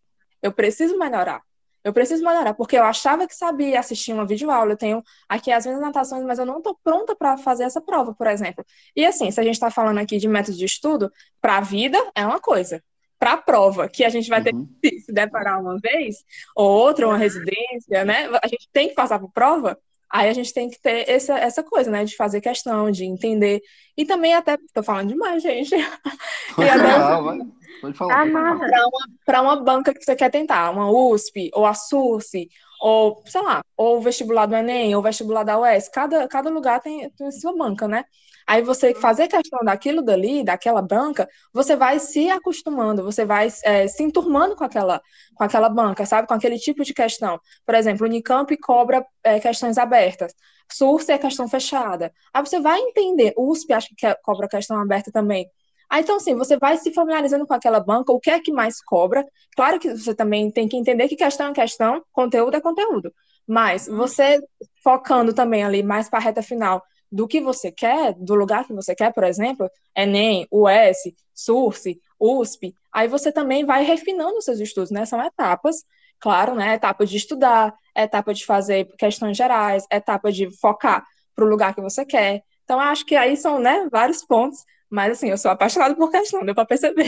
eu preciso melhorar. Eu preciso melhorar, porque eu achava que sabia assistir uma videoaula, eu tenho aqui as minhas anotações, mas eu não estou pronta para fazer essa prova, por exemplo. E assim, se a gente está falando aqui de método de estudo, para a vida é uma coisa. Para a prova, que a gente vai ter Uhum. que se deparar uma vez, ou outra, uma residência, né? A gente tem que passar por prova, aí a gente tem que ter essa coisa, né? De fazer questão, de entender. E também até, estou falando demais, gente. Pode E até falar, vai. Pode falar, pode falar. Nada. para uma banca que você quer tentar, uma USP, ou a SURSE, ou, sei lá, ou o vestibular do Enem, ou o vestibular da UES, cada lugar tem sua banca, né? Aí você fazer questão daquilo dali, daquela banca, você vai se acostumando, você vai se enturmando com aquela banca, sabe? Com aquele tipo de questão. Por exemplo, o Unicamp cobra questões abertas, SURSE é questão fechada. Aí você vai entender, USP acho que cobra questão aberta também. Aí, então, assim, você vai se familiarizando com aquela banca, o que é que mais cobra. Claro que você também tem que entender que questão é questão, conteúdo é conteúdo. Mas você focando também ali mais para a reta final do que você quer, do lugar que você quer, por exemplo, Enem, UES, SURSE, USP, aí você também vai refinando os seus estudos, né? São etapas, claro, né? Etapa de estudar, etapa de fazer questões gerais, etapa de focar para o lugar que você quer. Então, eu acho que aí são, né, vários pontos. Mas, assim, eu sou apaixonada por questão, deu pra perceber.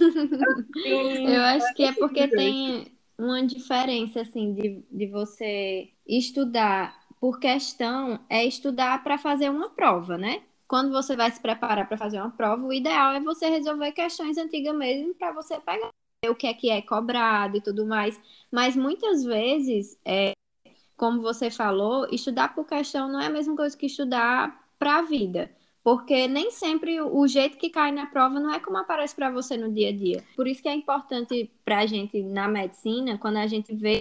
Eu acho que é porque Gente. tem uma diferença, assim, de você estudar por questão, é estudar para fazer uma prova, né? Quando você vai se preparar para fazer uma prova, o ideal é você resolver questões antigas mesmo para você pegar o que é cobrado e tudo mais. Mas muitas vezes, como você falou, estudar por questão não é a mesma coisa que estudar para a vida. Porque nem sempre o jeito que cai na prova não é como aparece para você no dia a dia. Por isso que é importante para a gente, na medicina, quando a gente vê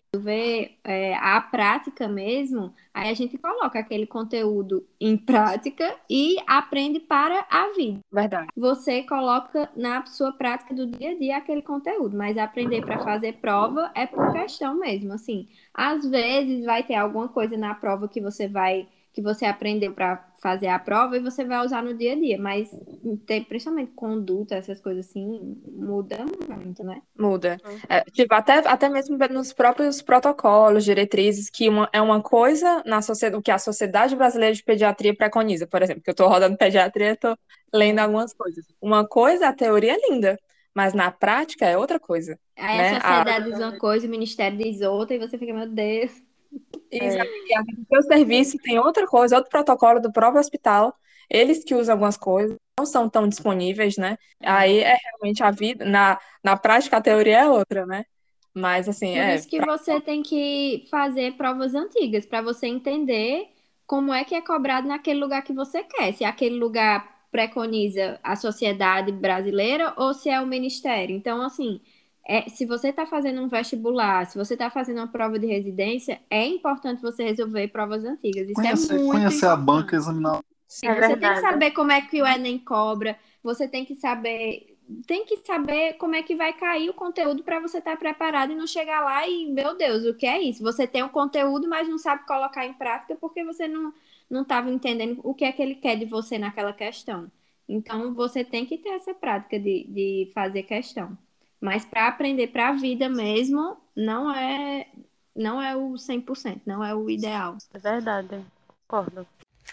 a prática mesmo, aí a gente coloca aquele conteúdo em prática e aprende para a vida. Verdade. Você coloca na sua prática do dia a dia aquele conteúdo, mas aprender para fazer prova é por questão mesmo, assim. Às vezes vai ter alguma coisa na prova que você aprendeu para fazer a prova e você vai usar no dia a dia, mas principalmente conduta, essas coisas assim, muda muito, né? Muda. Tipo, até mesmo nos próprios protocolos, diretrizes, que é uma coisa o que a Sociedade Brasileira de Pediatria preconiza, por exemplo, que eu estou rodando pediatria, estou lendo algumas coisas. Uma coisa, a teoria é linda, mas na prática é outra coisa, Aí né? a sociedade diz uma coisa, o ministério diz outra, e você fica, meu Deus. Exato. E aqui no seu serviço tem outra coisa, outro protocolo do próprio hospital, eles que usam algumas coisas, não são tão disponíveis, né? Aí é realmente a vida, na prática a teoria é outra, né? Mas assim, Por isso que você tem que fazer provas antigas, para você entender como é que é cobrado naquele lugar que você quer. Se aquele lugar preconiza a sociedade brasileira ou se é o ministério. Então, assim, se você está fazendo um vestibular, se você está fazendo uma prova de residência, é importante você resolver provas antigas. Isso é muito Conhecer a importante. banca, examinar. Você tem que saber como é que o Enem cobra, você tem que saber como é que vai cair o conteúdo para você estar preparado e não chegar lá e, meu Deus, o que é isso? Você tem o conteúdo, mas não sabe colocar em prática porque você não estava entendendo o que é que ele quer de você naquela questão. Então, você tem que ter essa prática de fazer questão. Mas para aprender para a vida mesmo, não é o 100%, não é o ideal. É verdade, concordo.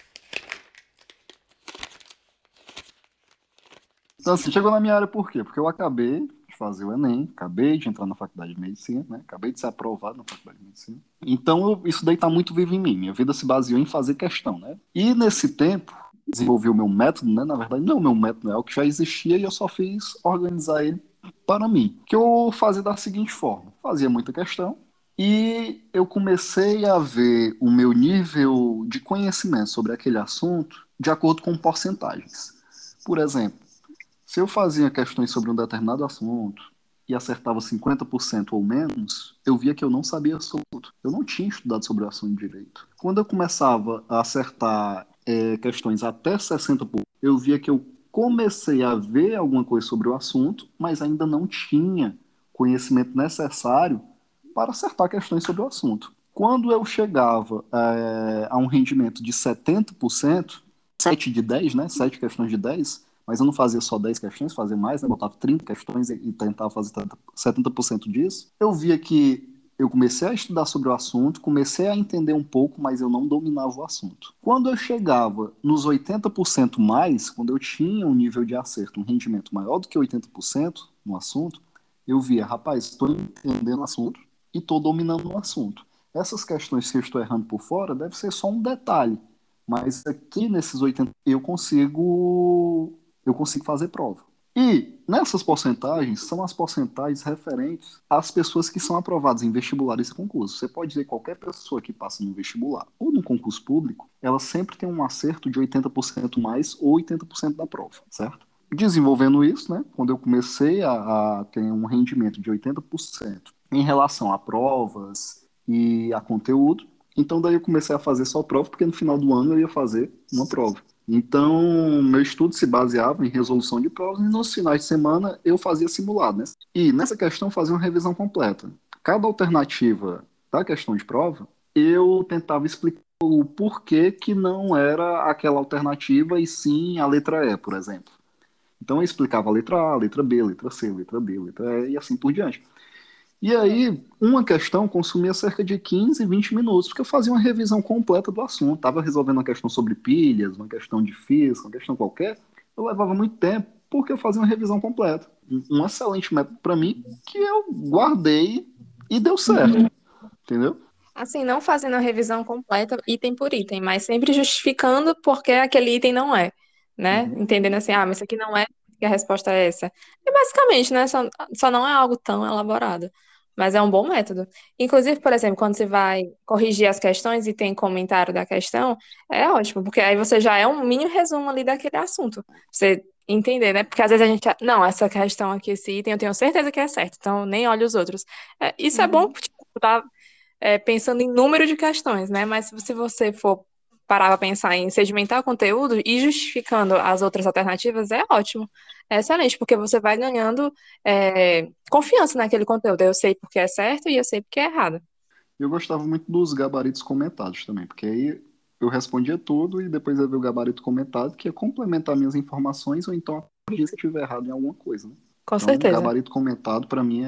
Então, assim, chegou na minha área por quê? Porque eu acabei de fazer o Enem, acabei de entrar na faculdade de medicina, né? Acabei de ser aprovado na faculdade de medicina. Então, isso daí tá muito vivo em mim. Minha vida se baseou em fazer questão, né? E nesse tempo, desenvolvi o meu método, né? Na verdade, não é o meu método, é o que já existia e eu só fiz organizar ele para mim. Que eu fazia da seguinte forma: fazia muita questão e eu comecei a ver o meu nível de conhecimento sobre aquele assunto de acordo com porcentagens. Por exemplo, se eu fazia questões sobre um determinado assunto e acertava 50% ou menos, eu via que eu não sabia sobre tudo. Eu não tinha estudado sobre o assunto direito. Quando eu começava a acertar questões até 60%, eu via que eu comecei a ver alguma coisa sobre o assunto, mas ainda não tinha conhecimento necessário para acertar questões sobre o assunto. Quando eu chegava a um rendimento de 70%, 7 de 10, né? 7 questões de 10, mas eu não fazia só 10 questões, fazia mais, né? Botava 30 questões e tentava fazer 70% disso. Eu via que eu comecei a estudar sobre o assunto, comecei a entender um pouco, mas eu não dominava o assunto. Quando eu chegava nos 80% mais, quando eu tinha um nível de acerto, um rendimento maior do que 80% no assunto, eu via, rapaz, estou entendendo o assunto e estou dominando o assunto. Essas questões que eu estou errando por fora deve ser só um detalhe, mas aqui nesses 80 eu consigo fazer prova. E nessas porcentagens são as porcentagens referentes às pessoas que são aprovadas em vestibulares e concursos. Você pode dizer que qualquer pessoa que passa no vestibular ou no concurso público, ela sempre tem um acerto de 80% mais ou 80% da prova, certo? Desenvolvendo isso, né, quando eu comecei a ter um rendimento de 80% em relação a provas e a conteúdo, então daí eu comecei a fazer só prova, porque no final do ano eu ia fazer uma prova. Então, meu estudo se baseava em resolução de provas e nos finais de semana eu fazia simulado, né? E nessa questão eu fazia uma revisão completa. Cada alternativa da questão de prova, eu tentava explicar o porquê que não era aquela alternativa e sim a letra E, por exemplo. Então eu explicava a letra A, a letra B, a letra C, a letra D, a letra E e assim por diante. E aí, uma questão consumia cerca de 15, 20 minutos, porque eu fazia uma revisão completa do assunto. Estava resolvendo uma questão sobre pilhas, uma questão de física, uma questão qualquer. Eu levava muito tempo, porque eu fazia uma revisão completa. Um excelente método para mim, que eu guardei e deu certo. Entendeu? Assim, não fazendo a revisão completa, item por item, mas sempre justificando porque aquele item não é, né? Entendendo assim, mas isso aqui não é, porque a resposta é essa. E basicamente, né? Só não é algo tão elaborado, mas é um bom método. Inclusive, por exemplo, quando você vai corrigir as questões e tem comentário da questão, é ótimo, porque aí você já é um mini resumo ali daquele assunto. Você entender, né? Porque às vezes a gente, não, essa questão aqui, esse item, eu tenho certeza que é certo, então nem olha os outros. Isso é bom, tipo, tá? Pensando em número de questões, né? Mas se você for parar para pensar em sedimentar o conteúdo e justificando as outras alternativas, é ótimo. É excelente, porque você vai ganhando confiança naquele conteúdo. Eu sei porque é certo e eu sei porque é errado. Eu gostava muito dos gabaritos comentados também, porque aí eu respondia tudo e depois eu vi o gabarito comentado, que ia complementar minhas informações ou então corrigir se eu estiver errado em alguma coisa, né? Com Então, o certeza. gabarito comentado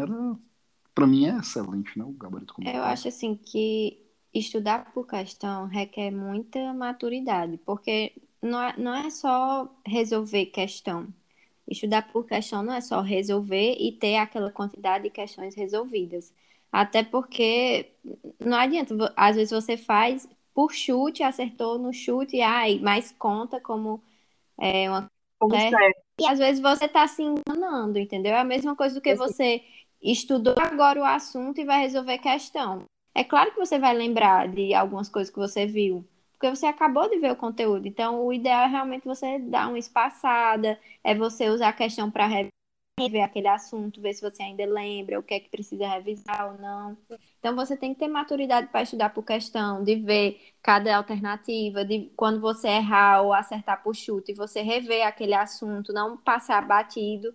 para mim é excelente, né? O gabarito Eu comentado. acho assim que estudar por questão requer muita maturidade, porque não é só resolver questão. Estudar por questão não é só resolver e ter aquela quantidade de questões resolvidas. Até porque não adianta, às vezes você faz por chute, acertou no chute, mas conta como uma Como certa. certo. E às vezes você está se enganando, entendeu? É a mesma coisa do que você estudou agora o assunto e vai resolver questão. É claro que você vai lembrar de algumas coisas que você viu, porque você acabou de ver o conteúdo. Então, o ideal é realmente você dar uma espaçada, é você usar a questão para rever aquele assunto, ver se você ainda lembra, o que é que precisa revisar ou não. Então, você tem que ter maturidade para estudar por questão, de ver cada alternativa, de quando você errar ou acertar por chute, você rever aquele assunto, não passar batido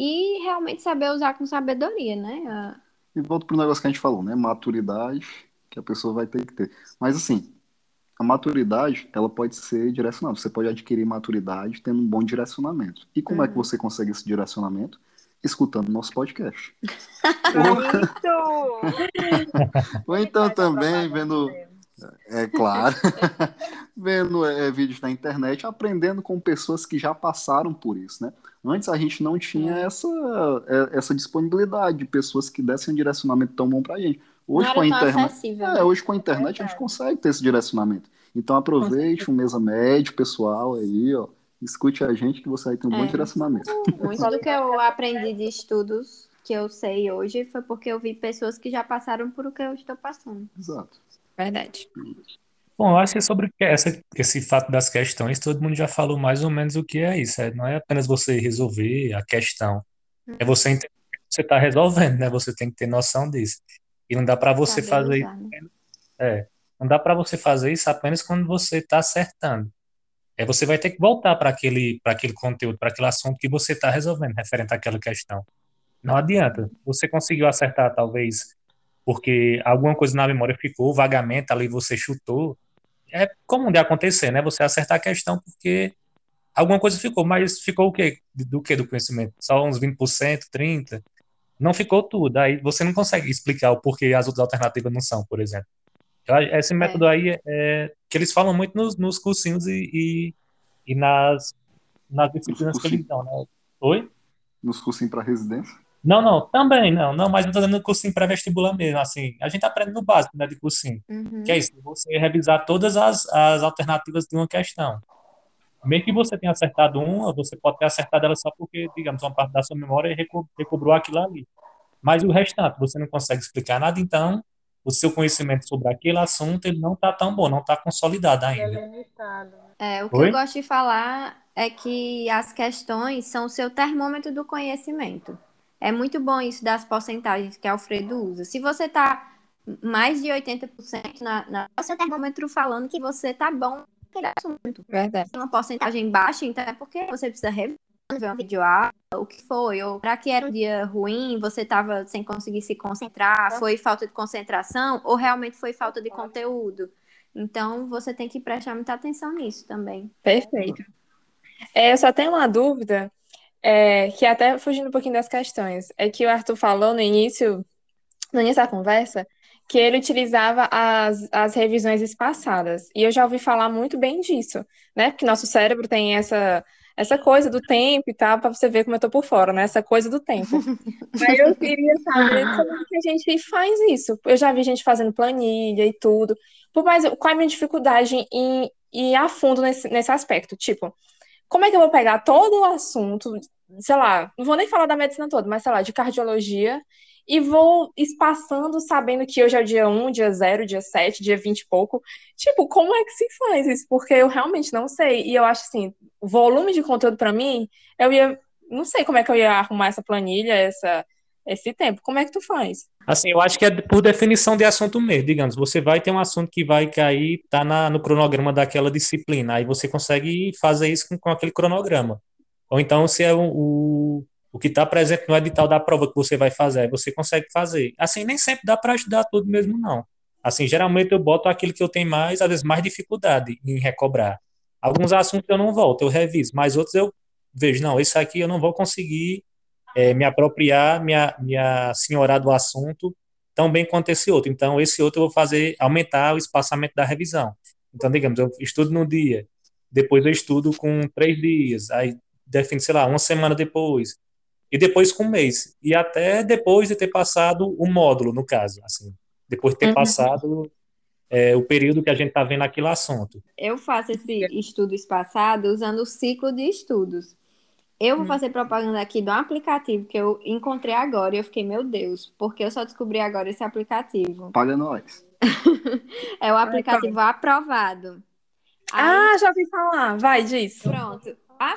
e realmente saber usar com sabedoria, né? E volto pro negócio que a gente falou, né? Maturidade que a pessoa vai ter que ter. Mas assim, a maturidade, ela pode ser direcionada. Você pode adquirir maturidade tendo um bom direcionamento. E como é que você consegue esse direcionamento? Escutando nosso podcast. Ou então também vendo, é claro, vendo vídeos na internet, aprendendo com pessoas que já passaram por isso, né? Antes a gente não tinha essa disponibilidade de pessoas que dessem um direcionamento tão bom pra gente. Não Hoje com a era tão internet, acessível, né? hoje com a internet a gente consegue ter esse direcionamento. Então aproveite o mesa médio, pessoal, aí, ó. Escute a gente que você vai ter um bom direcionamento. Muito do que eu aprendi de estudos que eu sei hoje foi porque eu vi pessoas que já passaram por o que eu estou passando. Exato. Verdade. Bom, eu acho que sobre esse fato das questões, todo mundo já falou mais ou menos o que é isso. Não é apenas você resolver a questão, é você entender o que você está resolvendo, né? Você tem que ter noção disso. E não dá para você Saber fazer usar, né? não dá para você fazer isso apenas quando você está acertando. Você vai ter que voltar para aquele conteúdo, para aquele assunto que você está resolvendo, referente àquela questão. Não adianta. Você conseguiu acertar, talvez, porque alguma coisa na memória ficou vagamente, ali você chutou. É comum de acontecer, né? Você acertar a questão porque alguma coisa ficou, mas ficou o quê? Do quê do conhecimento? Só uns 20%, 30%? Não ficou tudo. Aí você não consegue explicar o porquê as outras alternativas não são, por exemplo. Esse método É. aí é que eles falam muito nos cursinhos e nas Nos disciplinas que eles cursinhos, dão, né? Oi? nos cursinhos para residência. Não, não, também não, mas eu tô dando cursinho pré-vestibular mesmo, assim, a gente aprende no básico, né, de cursinho, que é Uhum. isso, você revisar todas as alternativas de uma questão. Mesmo que você tenha acertado uma, você pode ter acertado ela só porque, digamos, uma parte da sua memória recobrou aquilo ali. Mas o restante, você não consegue explicar nada, então o seu conhecimento sobre aquele assunto, ele não está tão bom, não está consolidado Ele é ainda. limitado, né? O que eu Oi? gosto de falar é que as questões são o seu termômetro do conhecimento. É muito bom isso das porcentagens que Alfredo usa. Se você tá mais de 80% é o seu termômetro falando que você tá bom naquele assunto. Verdade. Uma porcentagem baixa, então é porque você precisa rever um vídeo, o que foi, ou para que era um dia ruim, você estava sem conseguir se concentrar, foi falta de concentração, ou realmente foi falta de conteúdo. Então, você tem que prestar muita atenção nisso também. Perfeito. Eu só tenho uma dúvida, que até fugindo um pouquinho das questões, é que o Arthur falou no início da conversa, que ele utilizava as revisões espaçadas. E eu já ouvi falar muito bem disso, né? Porque nosso cérebro tem essa coisa do tempo e tal, para você ver como eu tô por fora, né? Essa coisa do tempo. Aí eu queria saber como é que a gente faz isso. Eu já vi gente fazendo planilha e tudo. Mas qual é a minha dificuldade em ir a fundo nesse aspecto? Tipo, como é que eu vou pegar todo o assunto, sei lá, não vou nem falar da medicina toda, mas sei lá, de cardiologia, e vou espaçando, sabendo que hoje é o dia 1, dia 0, dia 7, dia 20 e pouco. Tipo, como é que se faz isso? Porque eu realmente não sei. E eu acho assim, o volume de conteúdo para mim, não sei como é que eu ia arrumar essa planilha, esse tempo. Como é que tu faz? Assim, eu acho que é por definição de assunto mesmo, digamos, você vai ter um assunto que vai cair, tá no cronograma daquela disciplina, aí você consegue fazer isso com aquele cronograma. Ou então, se é o que está presente no edital da prova que você vai fazer, aí você consegue fazer. Assim, nem sempre dá para estudar tudo mesmo, não. Assim, geralmente eu boto aquilo que eu tenho mais, às vezes, mais dificuldade em recobrar. Alguns assuntos eu não volto, eu reviso, mas outros eu vejo, não, esse aqui eu não vou conseguir me apropriar, minha senhorar do assunto tão bem quanto esse outro. Então, esse outro eu vou fazer, aumentar o espaçamento da revisão. Então, digamos, eu estudo no dia, depois eu estudo com 3 dias, aí defino, sei lá, uma semana depois, e depois com um mês, e até depois de ter passado o módulo, no caso, assim, depois de ter Uhum. passado o período que a gente está vendo aquele assunto. Eu faço esse estudo espaçado usando o ciclo de estudos. Eu vou fazer propaganda aqui de um aplicativo que eu encontrei agora e eu fiquei, meu Deus, porque eu só descobri agora esse aplicativo. Paga nós. É o aplicativo aprovado. Ah, já ouvi falar. Vai, diz. Pronto.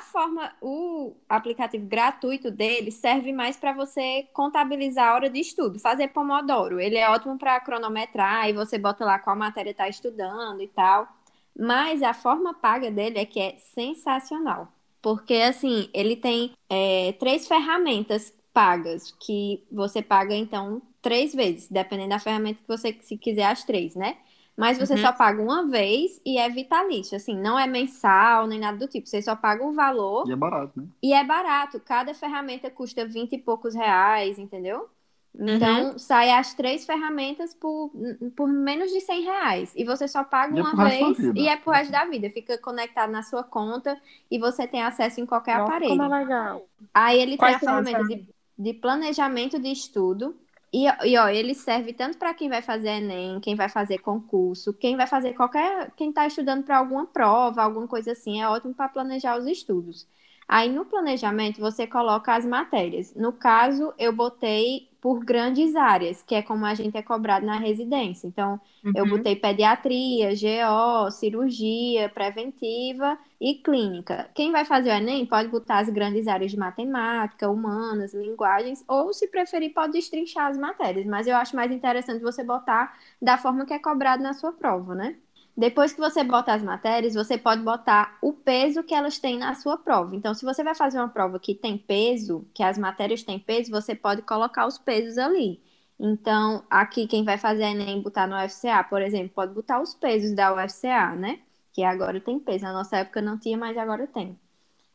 O aplicativo gratuito dele serve mais para você contabilizar a hora de estudo, fazer Pomodoro. Ele é ótimo para cronometrar e você bota lá qual matéria está estudando e tal. Mas a forma paga dele é que é sensacional. Porque, assim, ele tem 3 ferramentas pagas, que você paga, então, 3 vezes, dependendo da ferramenta que você se quiser as 3, né? Mas você só paga uma vez e é vitalício, assim, não é mensal nem nada do tipo. Você só paga um valor E é barato, né? e é barato. Cada ferramenta custa 20 e poucos reais, entendeu? Então, sai as 3 ferramentas por menos de 100 reais. E você só paga E é uma pro resto da vez vida. e é pro resto da vida. Fica conectado na sua conta e você tem acesso em qualquer Nossa, como é aparelho. legal. Aí ele tem Quais a são as ferramenta de planejamento de estudo. Ó, ele serve tanto para quem vai fazer Enem, quem vai fazer concurso, quem vai fazer quem está estudando para alguma prova, alguma coisa assim, é ótimo para planejar os estudos. Aí no planejamento você coloca as matérias. No caso, eu botei por grandes áreas, que é como a gente é cobrado na residência. Então, eu botei pediatria, GO, cirurgia, preventiva e clínica. Quem vai fazer o Enem pode botar as grandes áreas de matemática, humanas, linguagens, ou se preferir pode destrinchar as matérias, mas eu acho mais interessante você botar da forma que é cobrado na sua prova, né? Depois que você bota as matérias, você pode botar o peso que elas têm na sua prova. Então, se você vai fazer uma prova que tem peso, que as matérias têm peso, você pode colocar os pesos ali. Então, aqui quem vai fazer Enem botar no UFCA, por exemplo, pode botar os pesos da UFCA, né? Que agora tem peso. Na nossa época não tinha, mas agora tem.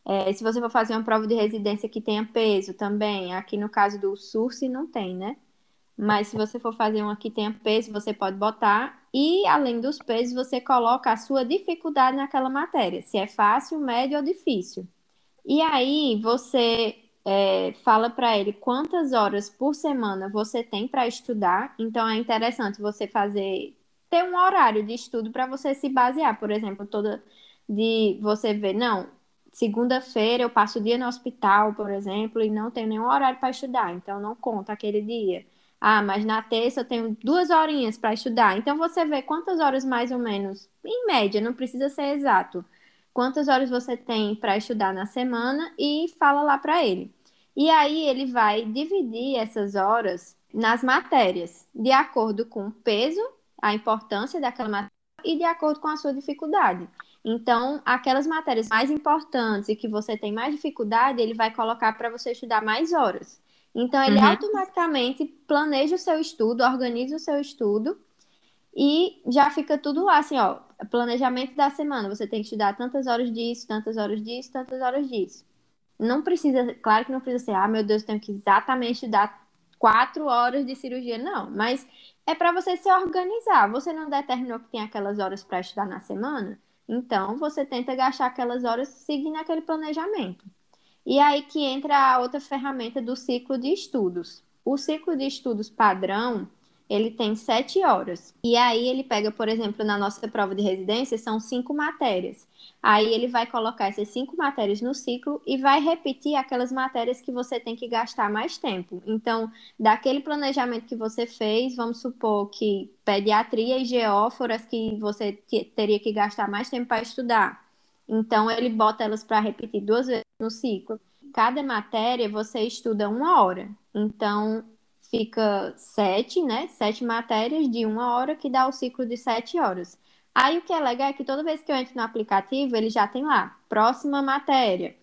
Se você for fazer uma prova de residência que tenha peso também, aqui no caso do SURSE não tem, né? Mas se você for fazer uma que tenha peso, você pode botar. E além dos pesos, você coloca a sua dificuldade naquela matéria, se é fácil, médio ou difícil. E aí você fala para ele quantas horas por semana você tem para estudar. Então é interessante você ter um horário de estudo para você se basear. Por exemplo, de você ver, não, segunda-feira eu passo o dia no hospital, por exemplo, e não tenho nenhum horário para estudar, então não conta aquele dia. Ah, mas na terça eu tenho 2 horinhas para estudar. Então você vê quantas horas mais ou menos, em média, não precisa ser exato, quantas horas você tem para estudar na semana e fala lá para ele. E aí ele vai dividir essas horas nas matérias, de acordo com o peso, a importância daquela matéria e de acordo com a sua dificuldade. Então, aquelas matérias mais importantes e que você tem mais dificuldade, ele vai colocar para você estudar mais horas. Então, ele automaticamente planeja o seu estudo, organiza o seu estudo e já fica tudo lá, assim, ó, planejamento da semana. Você tem que estudar tantas horas disso, tantas horas disso, tantas horas disso. Não precisa, claro que não precisa ser, meu Deus, eu tenho que exatamente estudar 4 horas de cirurgia, não. Mas é para você se organizar. Você não determinou que tem aquelas horas para estudar na semana? Então, você tenta gastar aquelas horas seguindo aquele planejamento. E aí que entra a outra ferramenta do ciclo de estudos. O ciclo de estudos padrão, ele tem 7 horas. E aí ele pega, por exemplo, na nossa prova de residência, são 5 matérias. Aí ele vai colocar essas 5 matérias no ciclo e vai repetir aquelas matérias que você tem que gastar mais tempo. Então, daquele planejamento que você fez, vamos supor que pediatria e GO foram as que você teria que gastar mais tempo para estudar. Então, ele bota elas para repetir 2 vezes no ciclo. Cada matéria você estuda 1 hora. Então, fica 7, né? 7 matérias de 1 hora, que dá o ciclo de 7 horas. Aí, o que é legal é que toda vez que eu entro no aplicativo, ele já tem lá, próxima matéria,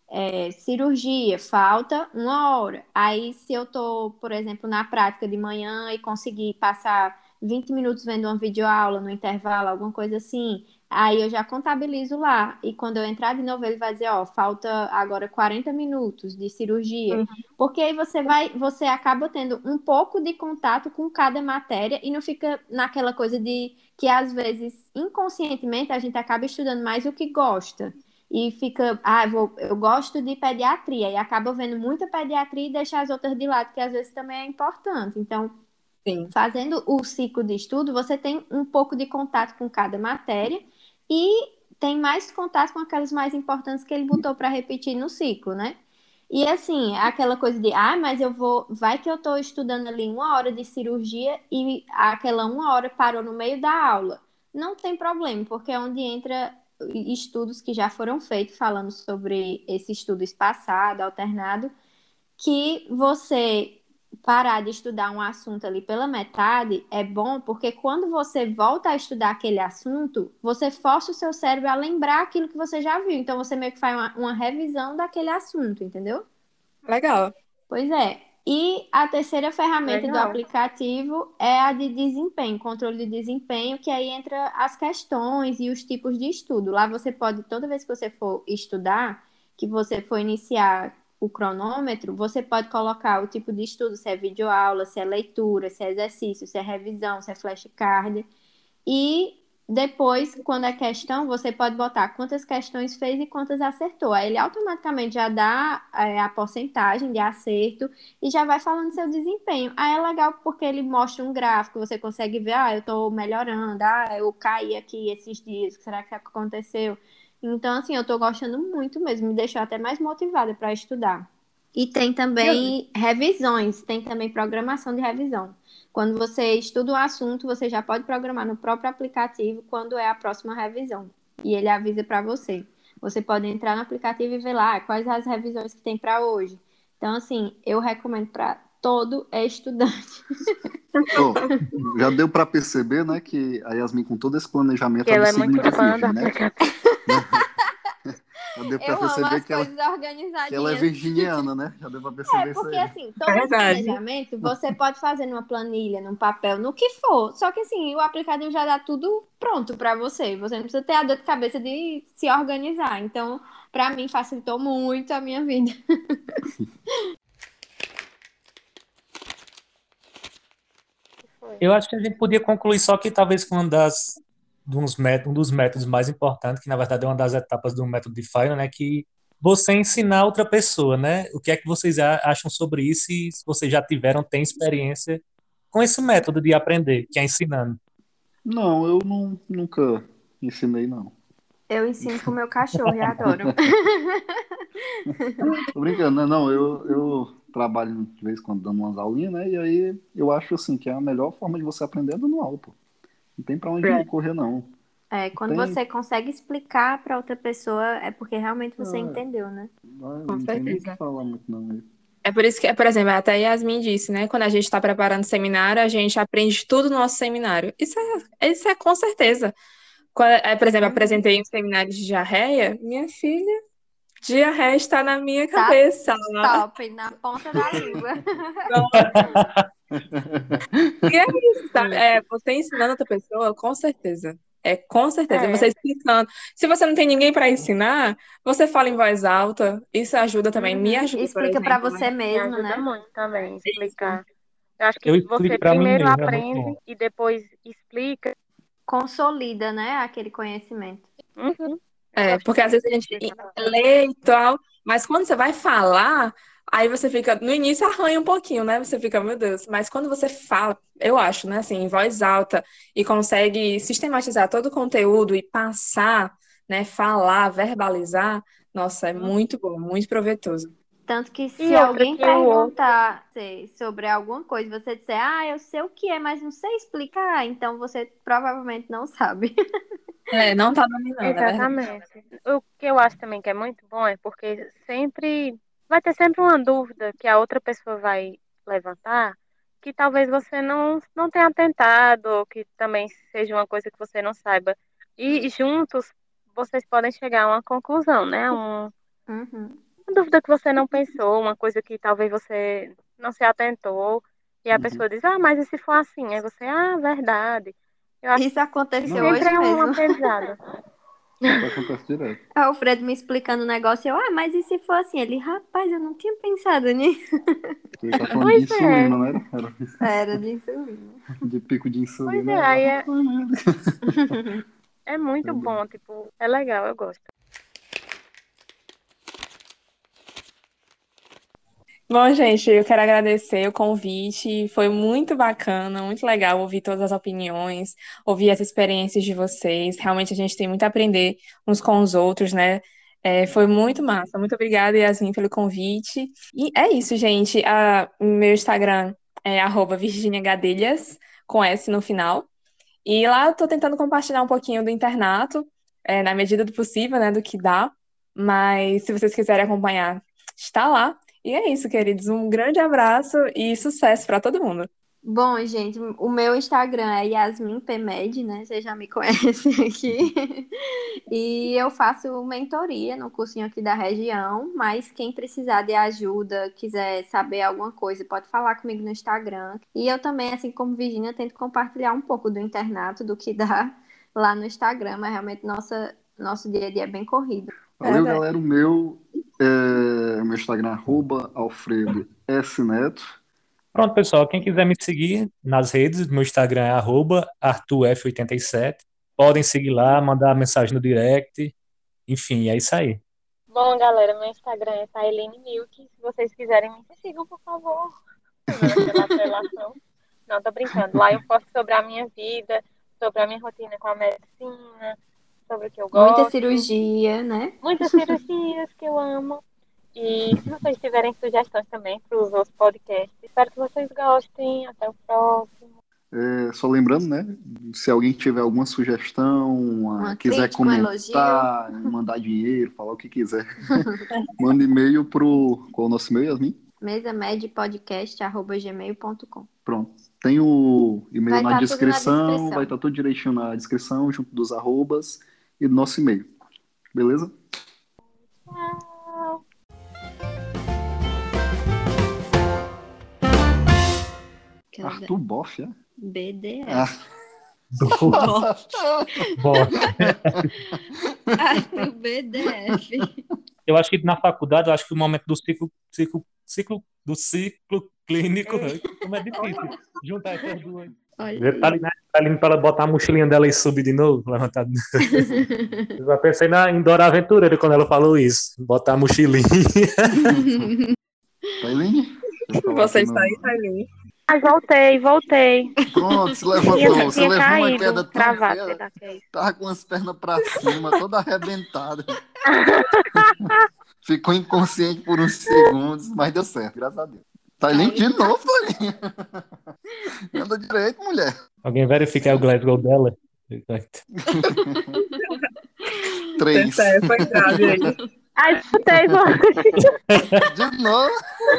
cirurgia, falta 1 hora. Aí, se eu tô, por exemplo, na prática de manhã e conseguir passar 20 minutos vendo uma videoaula no intervalo, alguma coisa assim, aí eu já contabilizo lá. E quando eu entrar de novo, ele vai dizer, ó, falta agora 40 minutos de cirurgia. Porque aí você acaba tendo um pouco de contato com cada matéria e não fica naquela coisa de que às vezes, inconscientemente, a gente acaba estudando mais o que gosta. E fica, eu gosto de pediatria, e acaba vendo muita pediatria e deixa as outras de lado, que às vezes também é importante. Então, Sim. fazendo o ciclo de estudo, você tem um pouco de contato com cada matéria e tem mais contato com aquelas mais importantes que ele botou para repetir no ciclo, né? E assim, aquela coisa de, mas vai que eu estou estudando ali 1 hora de cirurgia e aquela 1 hora parou no meio da aula. Não tem problema, porque é onde entra estudos que já foram feitos falando sobre esse estudo espaçado, alternado, que você parar de estudar um assunto ali pela metade é bom, porque quando você volta a estudar aquele assunto, você força o seu cérebro a lembrar aquilo que você já viu. Então, você meio que faz uma revisão daquele assunto, entendeu? Legal. Pois é. E a terceira ferramenta do Legal. aplicativo é a de desempenho, controle de desempenho, que aí entra as questões e os tipos de estudo. Lá você pode, toda vez que você for estudar, que você for iniciar o cronômetro, você pode colocar o tipo de estudo, se é videoaula, se é leitura, se é exercício, se é revisão, se é flashcard. E depois, quando é questão, você pode botar quantas questões fez e quantas acertou. Aí ele automaticamente já dá a porcentagem de acerto e já vai falando seu desempenho. Aí é legal porque ele mostra um gráfico, você consegue ver, eu tô melhorando, eu caí aqui esses dias, será que aconteceu? Então, assim, eu tô gostando muito mesmo, me deixou até mais motivada para estudar. E tem também revisões, tem também programação de revisão. Quando você estuda um assunto, você já pode programar no próprio aplicativo quando é a próxima revisão. E ele avisa para você. Você pode entrar no aplicativo e ver lá quais as revisões que tem para hoje. Então, assim, eu recomendo para todo estudante. Já deu para perceber, né, que a Yasmin, com todo esse planejamento, Que ela é signo muito de fã do Virgem, né? aplicativo. É deu pra Eu amo perceber as que ela, coisas que ela é organizadinhas. virginiana, né? Já deu pra perceber isso Porque aí. assim, todo esse Verdade. planejamento você pode fazer numa planilha, num papel, no que for. Só que assim, o aplicativo já dá tudo pronto pra você. Você não precisa ter a dor de cabeça de se organizar. Então, pra mim, facilitou muito a minha vida. Eu acho que a gente podia concluir só que talvez com um dos métodos mais importantes, que na verdade é uma das etapas do método de Fire, né, que você ensinar outra pessoa, né? O que é que vocês acham sobre isso e se vocês já tiveram, têm experiência com esse método de aprender, que é ensinando. Não, eu nunca ensinei, não. Eu ensino pro meu cachorro e adoro. Tô brincando, né? Não, eu trabalho de vez em quando dando umas aulinhas, né? E aí eu acho assim que é a melhor forma de você aprender é dando aula, pô. Não tem pra onde correr, não. Quando Tem, você consegue explicar pra outra pessoa, é porque realmente você ah, entendeu, né? não tem nem o que falar muito, não. É por isso que, por exemplo, até a Yasmin disse, né? Quando a gente está preparando seminário, a gente aprende tudo no nosso seminário. Isso é com certeza. Por exemplo, apresentei um seminário de diarreia, minha filha, diarreia está na minha Tá cabeça. top, na ponta da língua. E é isso, sabe? É, você ensinando outra pessoa, com certeza. Com certeza. E você explicando. Se você não tem ninguém para ensinar, você fala em voz alta. Isso ajuda também. Me ajuda, por Explica pra exemplo, né? você Me mesmo, ajuda né? muito também explicar. Eu acho que Eu você explico para mim primeiro mesmo, é muito aprende bom. e depois explica. Consolida, né, aquele conhecimento. Uhum. Eu É, gosto porque às muito vezes a de gente explicar. lê e tal, mas quando você vai falar, aí você fica, no início arranha um pouquinho, né? Você fica, meu Deus, mas quando você fala, eu acho, né, assim, em voz alta e consegue sistematizar todo o conteúdo e passar, né, falar, verbalizar, nossa, é muito bom, muito proveitoso. Tanto que se E outra alguém que o outro. perguntar sobre alguma coisa, você disser, eu sei o que é, mas não sei explicar, então você provavelmente não sabe. É, não tá dominando, é verdade. Exatamente. O que eu acho também que é muito bom é porque sempre vai ter sempre uma dúvida que a outra pessoa vai levantar, que talvez você não tenha tentado, ou que também seja uma coisa que você não saiba. E juntos vocês podem chegar a uma conclusão, né? Uhum. Uma dúvida que você não pensou, uma coisa que talvez você não se atentou, e a Uhum. pessoa diz, mas e se for assim? Aí você, verdade. Eu acho Isso que aconteceu Não, sempre hoje é um mesmo. aprendizado. isso acontece direto. O Alfredo me explicando o negócio, mas e se for assim? Ele, rapaz, eu não tinha pensado nisso. Você tá falando de Pois é, insulina, né? Era Era de insulina. de pico de pois insulina. é, Ela, aí rapaz, é muito bom, tipo, é legal, eu gosto. Bom, gente, eu quero agradecer o convite. Foi muito bacana, muito legal ouvir todas as opiniões, ouvir as experiências de vocês. Realmente a gente tem muito a aprender uns com os outros, né? Foi muito massa. Muito obrigada, Yasmin, pelo convite. E é isso, gente. Meu Instagram é @virginiagadelhas, com S no final. E lá eu tô tentando compartilhar um pouquinho do internato, na medida do possível, né, do que dá. Mas se vocês quiserem acompanhar, está lá. E é isso, queridos. Um grande abraço e sucesso para todo mundo. Bom, gente, o meu Instagram é Yasmin Pmed, né? Vocês já me conhecem aqui. E eu faço mentoria no cursinho aqui da região, mas quem precisar de ajuda, quiser saber alguma coisa, pode falar comigo no Instagram. E eu também, assim como Virginia, tento compartilhar um pouco do internato, do que dá lá no Instagram, mas realmente nosso dia a dia é bem corrido. valeu, galera. O meu Instagram é @Alfredo S. Neto. Pronto, pessoal, quem quiser me seguir nas redes, meu Instagram é @ArthurF87. Podem seguir lá, mandar mensagem no direct. Enfim, é isso aí. Bom, galera, meu Instagram é Tailine Milk. Se vocês quiserem me sigam, por favor. Pela apelação. Não, tô brincando. Lá eu posto sobre a minha vida, sobre a minha rotina com a medicina, sobre o que eu Muita gosto. cirurgia, né? Muitas cirurgias que eu amo. E se vocês tiverem sugestões também para os outros podcasts, espero que vocês gostem. Até o próximo. Só lembrando, né? Se alguém tiver alguma sugestão, Uma quiser crítica, um elogio. comentar, mandar dinheiro, falar o que quiser, manda e-mail pro. Qual é o nosso e-mail, Yasmin? mesamedpodcast@gmail.com. Pronto. Tem o e-mail Vai na estar tudo na descrição, descrição. vai estar tudo direitinho na descrição, junto dos arrobas e do nosso e-mail. Beleza? Arthur Boff, é? BDF. Ah. Bom, Arthur BDF. eu acho que na faculdade, eu acho que o momento do ciclo clínico, como é difícil juntar essas duas. Olha Tá ali para ela botar a mochilinha dela e subir de novo, levantar. Eu já pensei em Dora Aventureira quando ela falou isso, botar a mochilinha. Tailine? Você está aí, Thailin? Ai, voltei. Pronto, se levantou. Você Tinha levou uma caído, queda tão cravado, sei feia. lá que é isso. Tava com as pernas pra cima, toda arrebentada. Ficou inconsciente por uns segundos, mas deu certo, graças a Deus. Tailine de novo, Tailine. Anda direito, mulher. Alguém verifica o Glasgow dela? 3. Foi grave aí. Ai, voltei. De novo.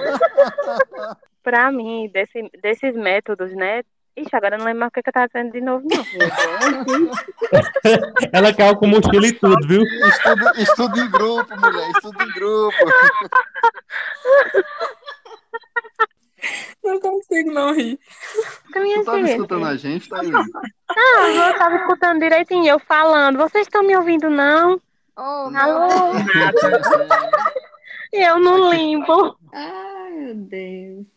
Pra mim, desses métodos, né? Ixi, agora eu não lembro mais o que eu tava dizendo de novo, não. Ela caiu com mochila e tudo, viu? Estudo em grupo, mulher. Estudo em grupo. Não consigo não rir. Tu tava escutando a gente, Tailine? Não, eu tava escutando direitinho, eu falando. Vocês estão me ouvindo, não? Oh, Alô? E eu no limbo. ai, meu Deus.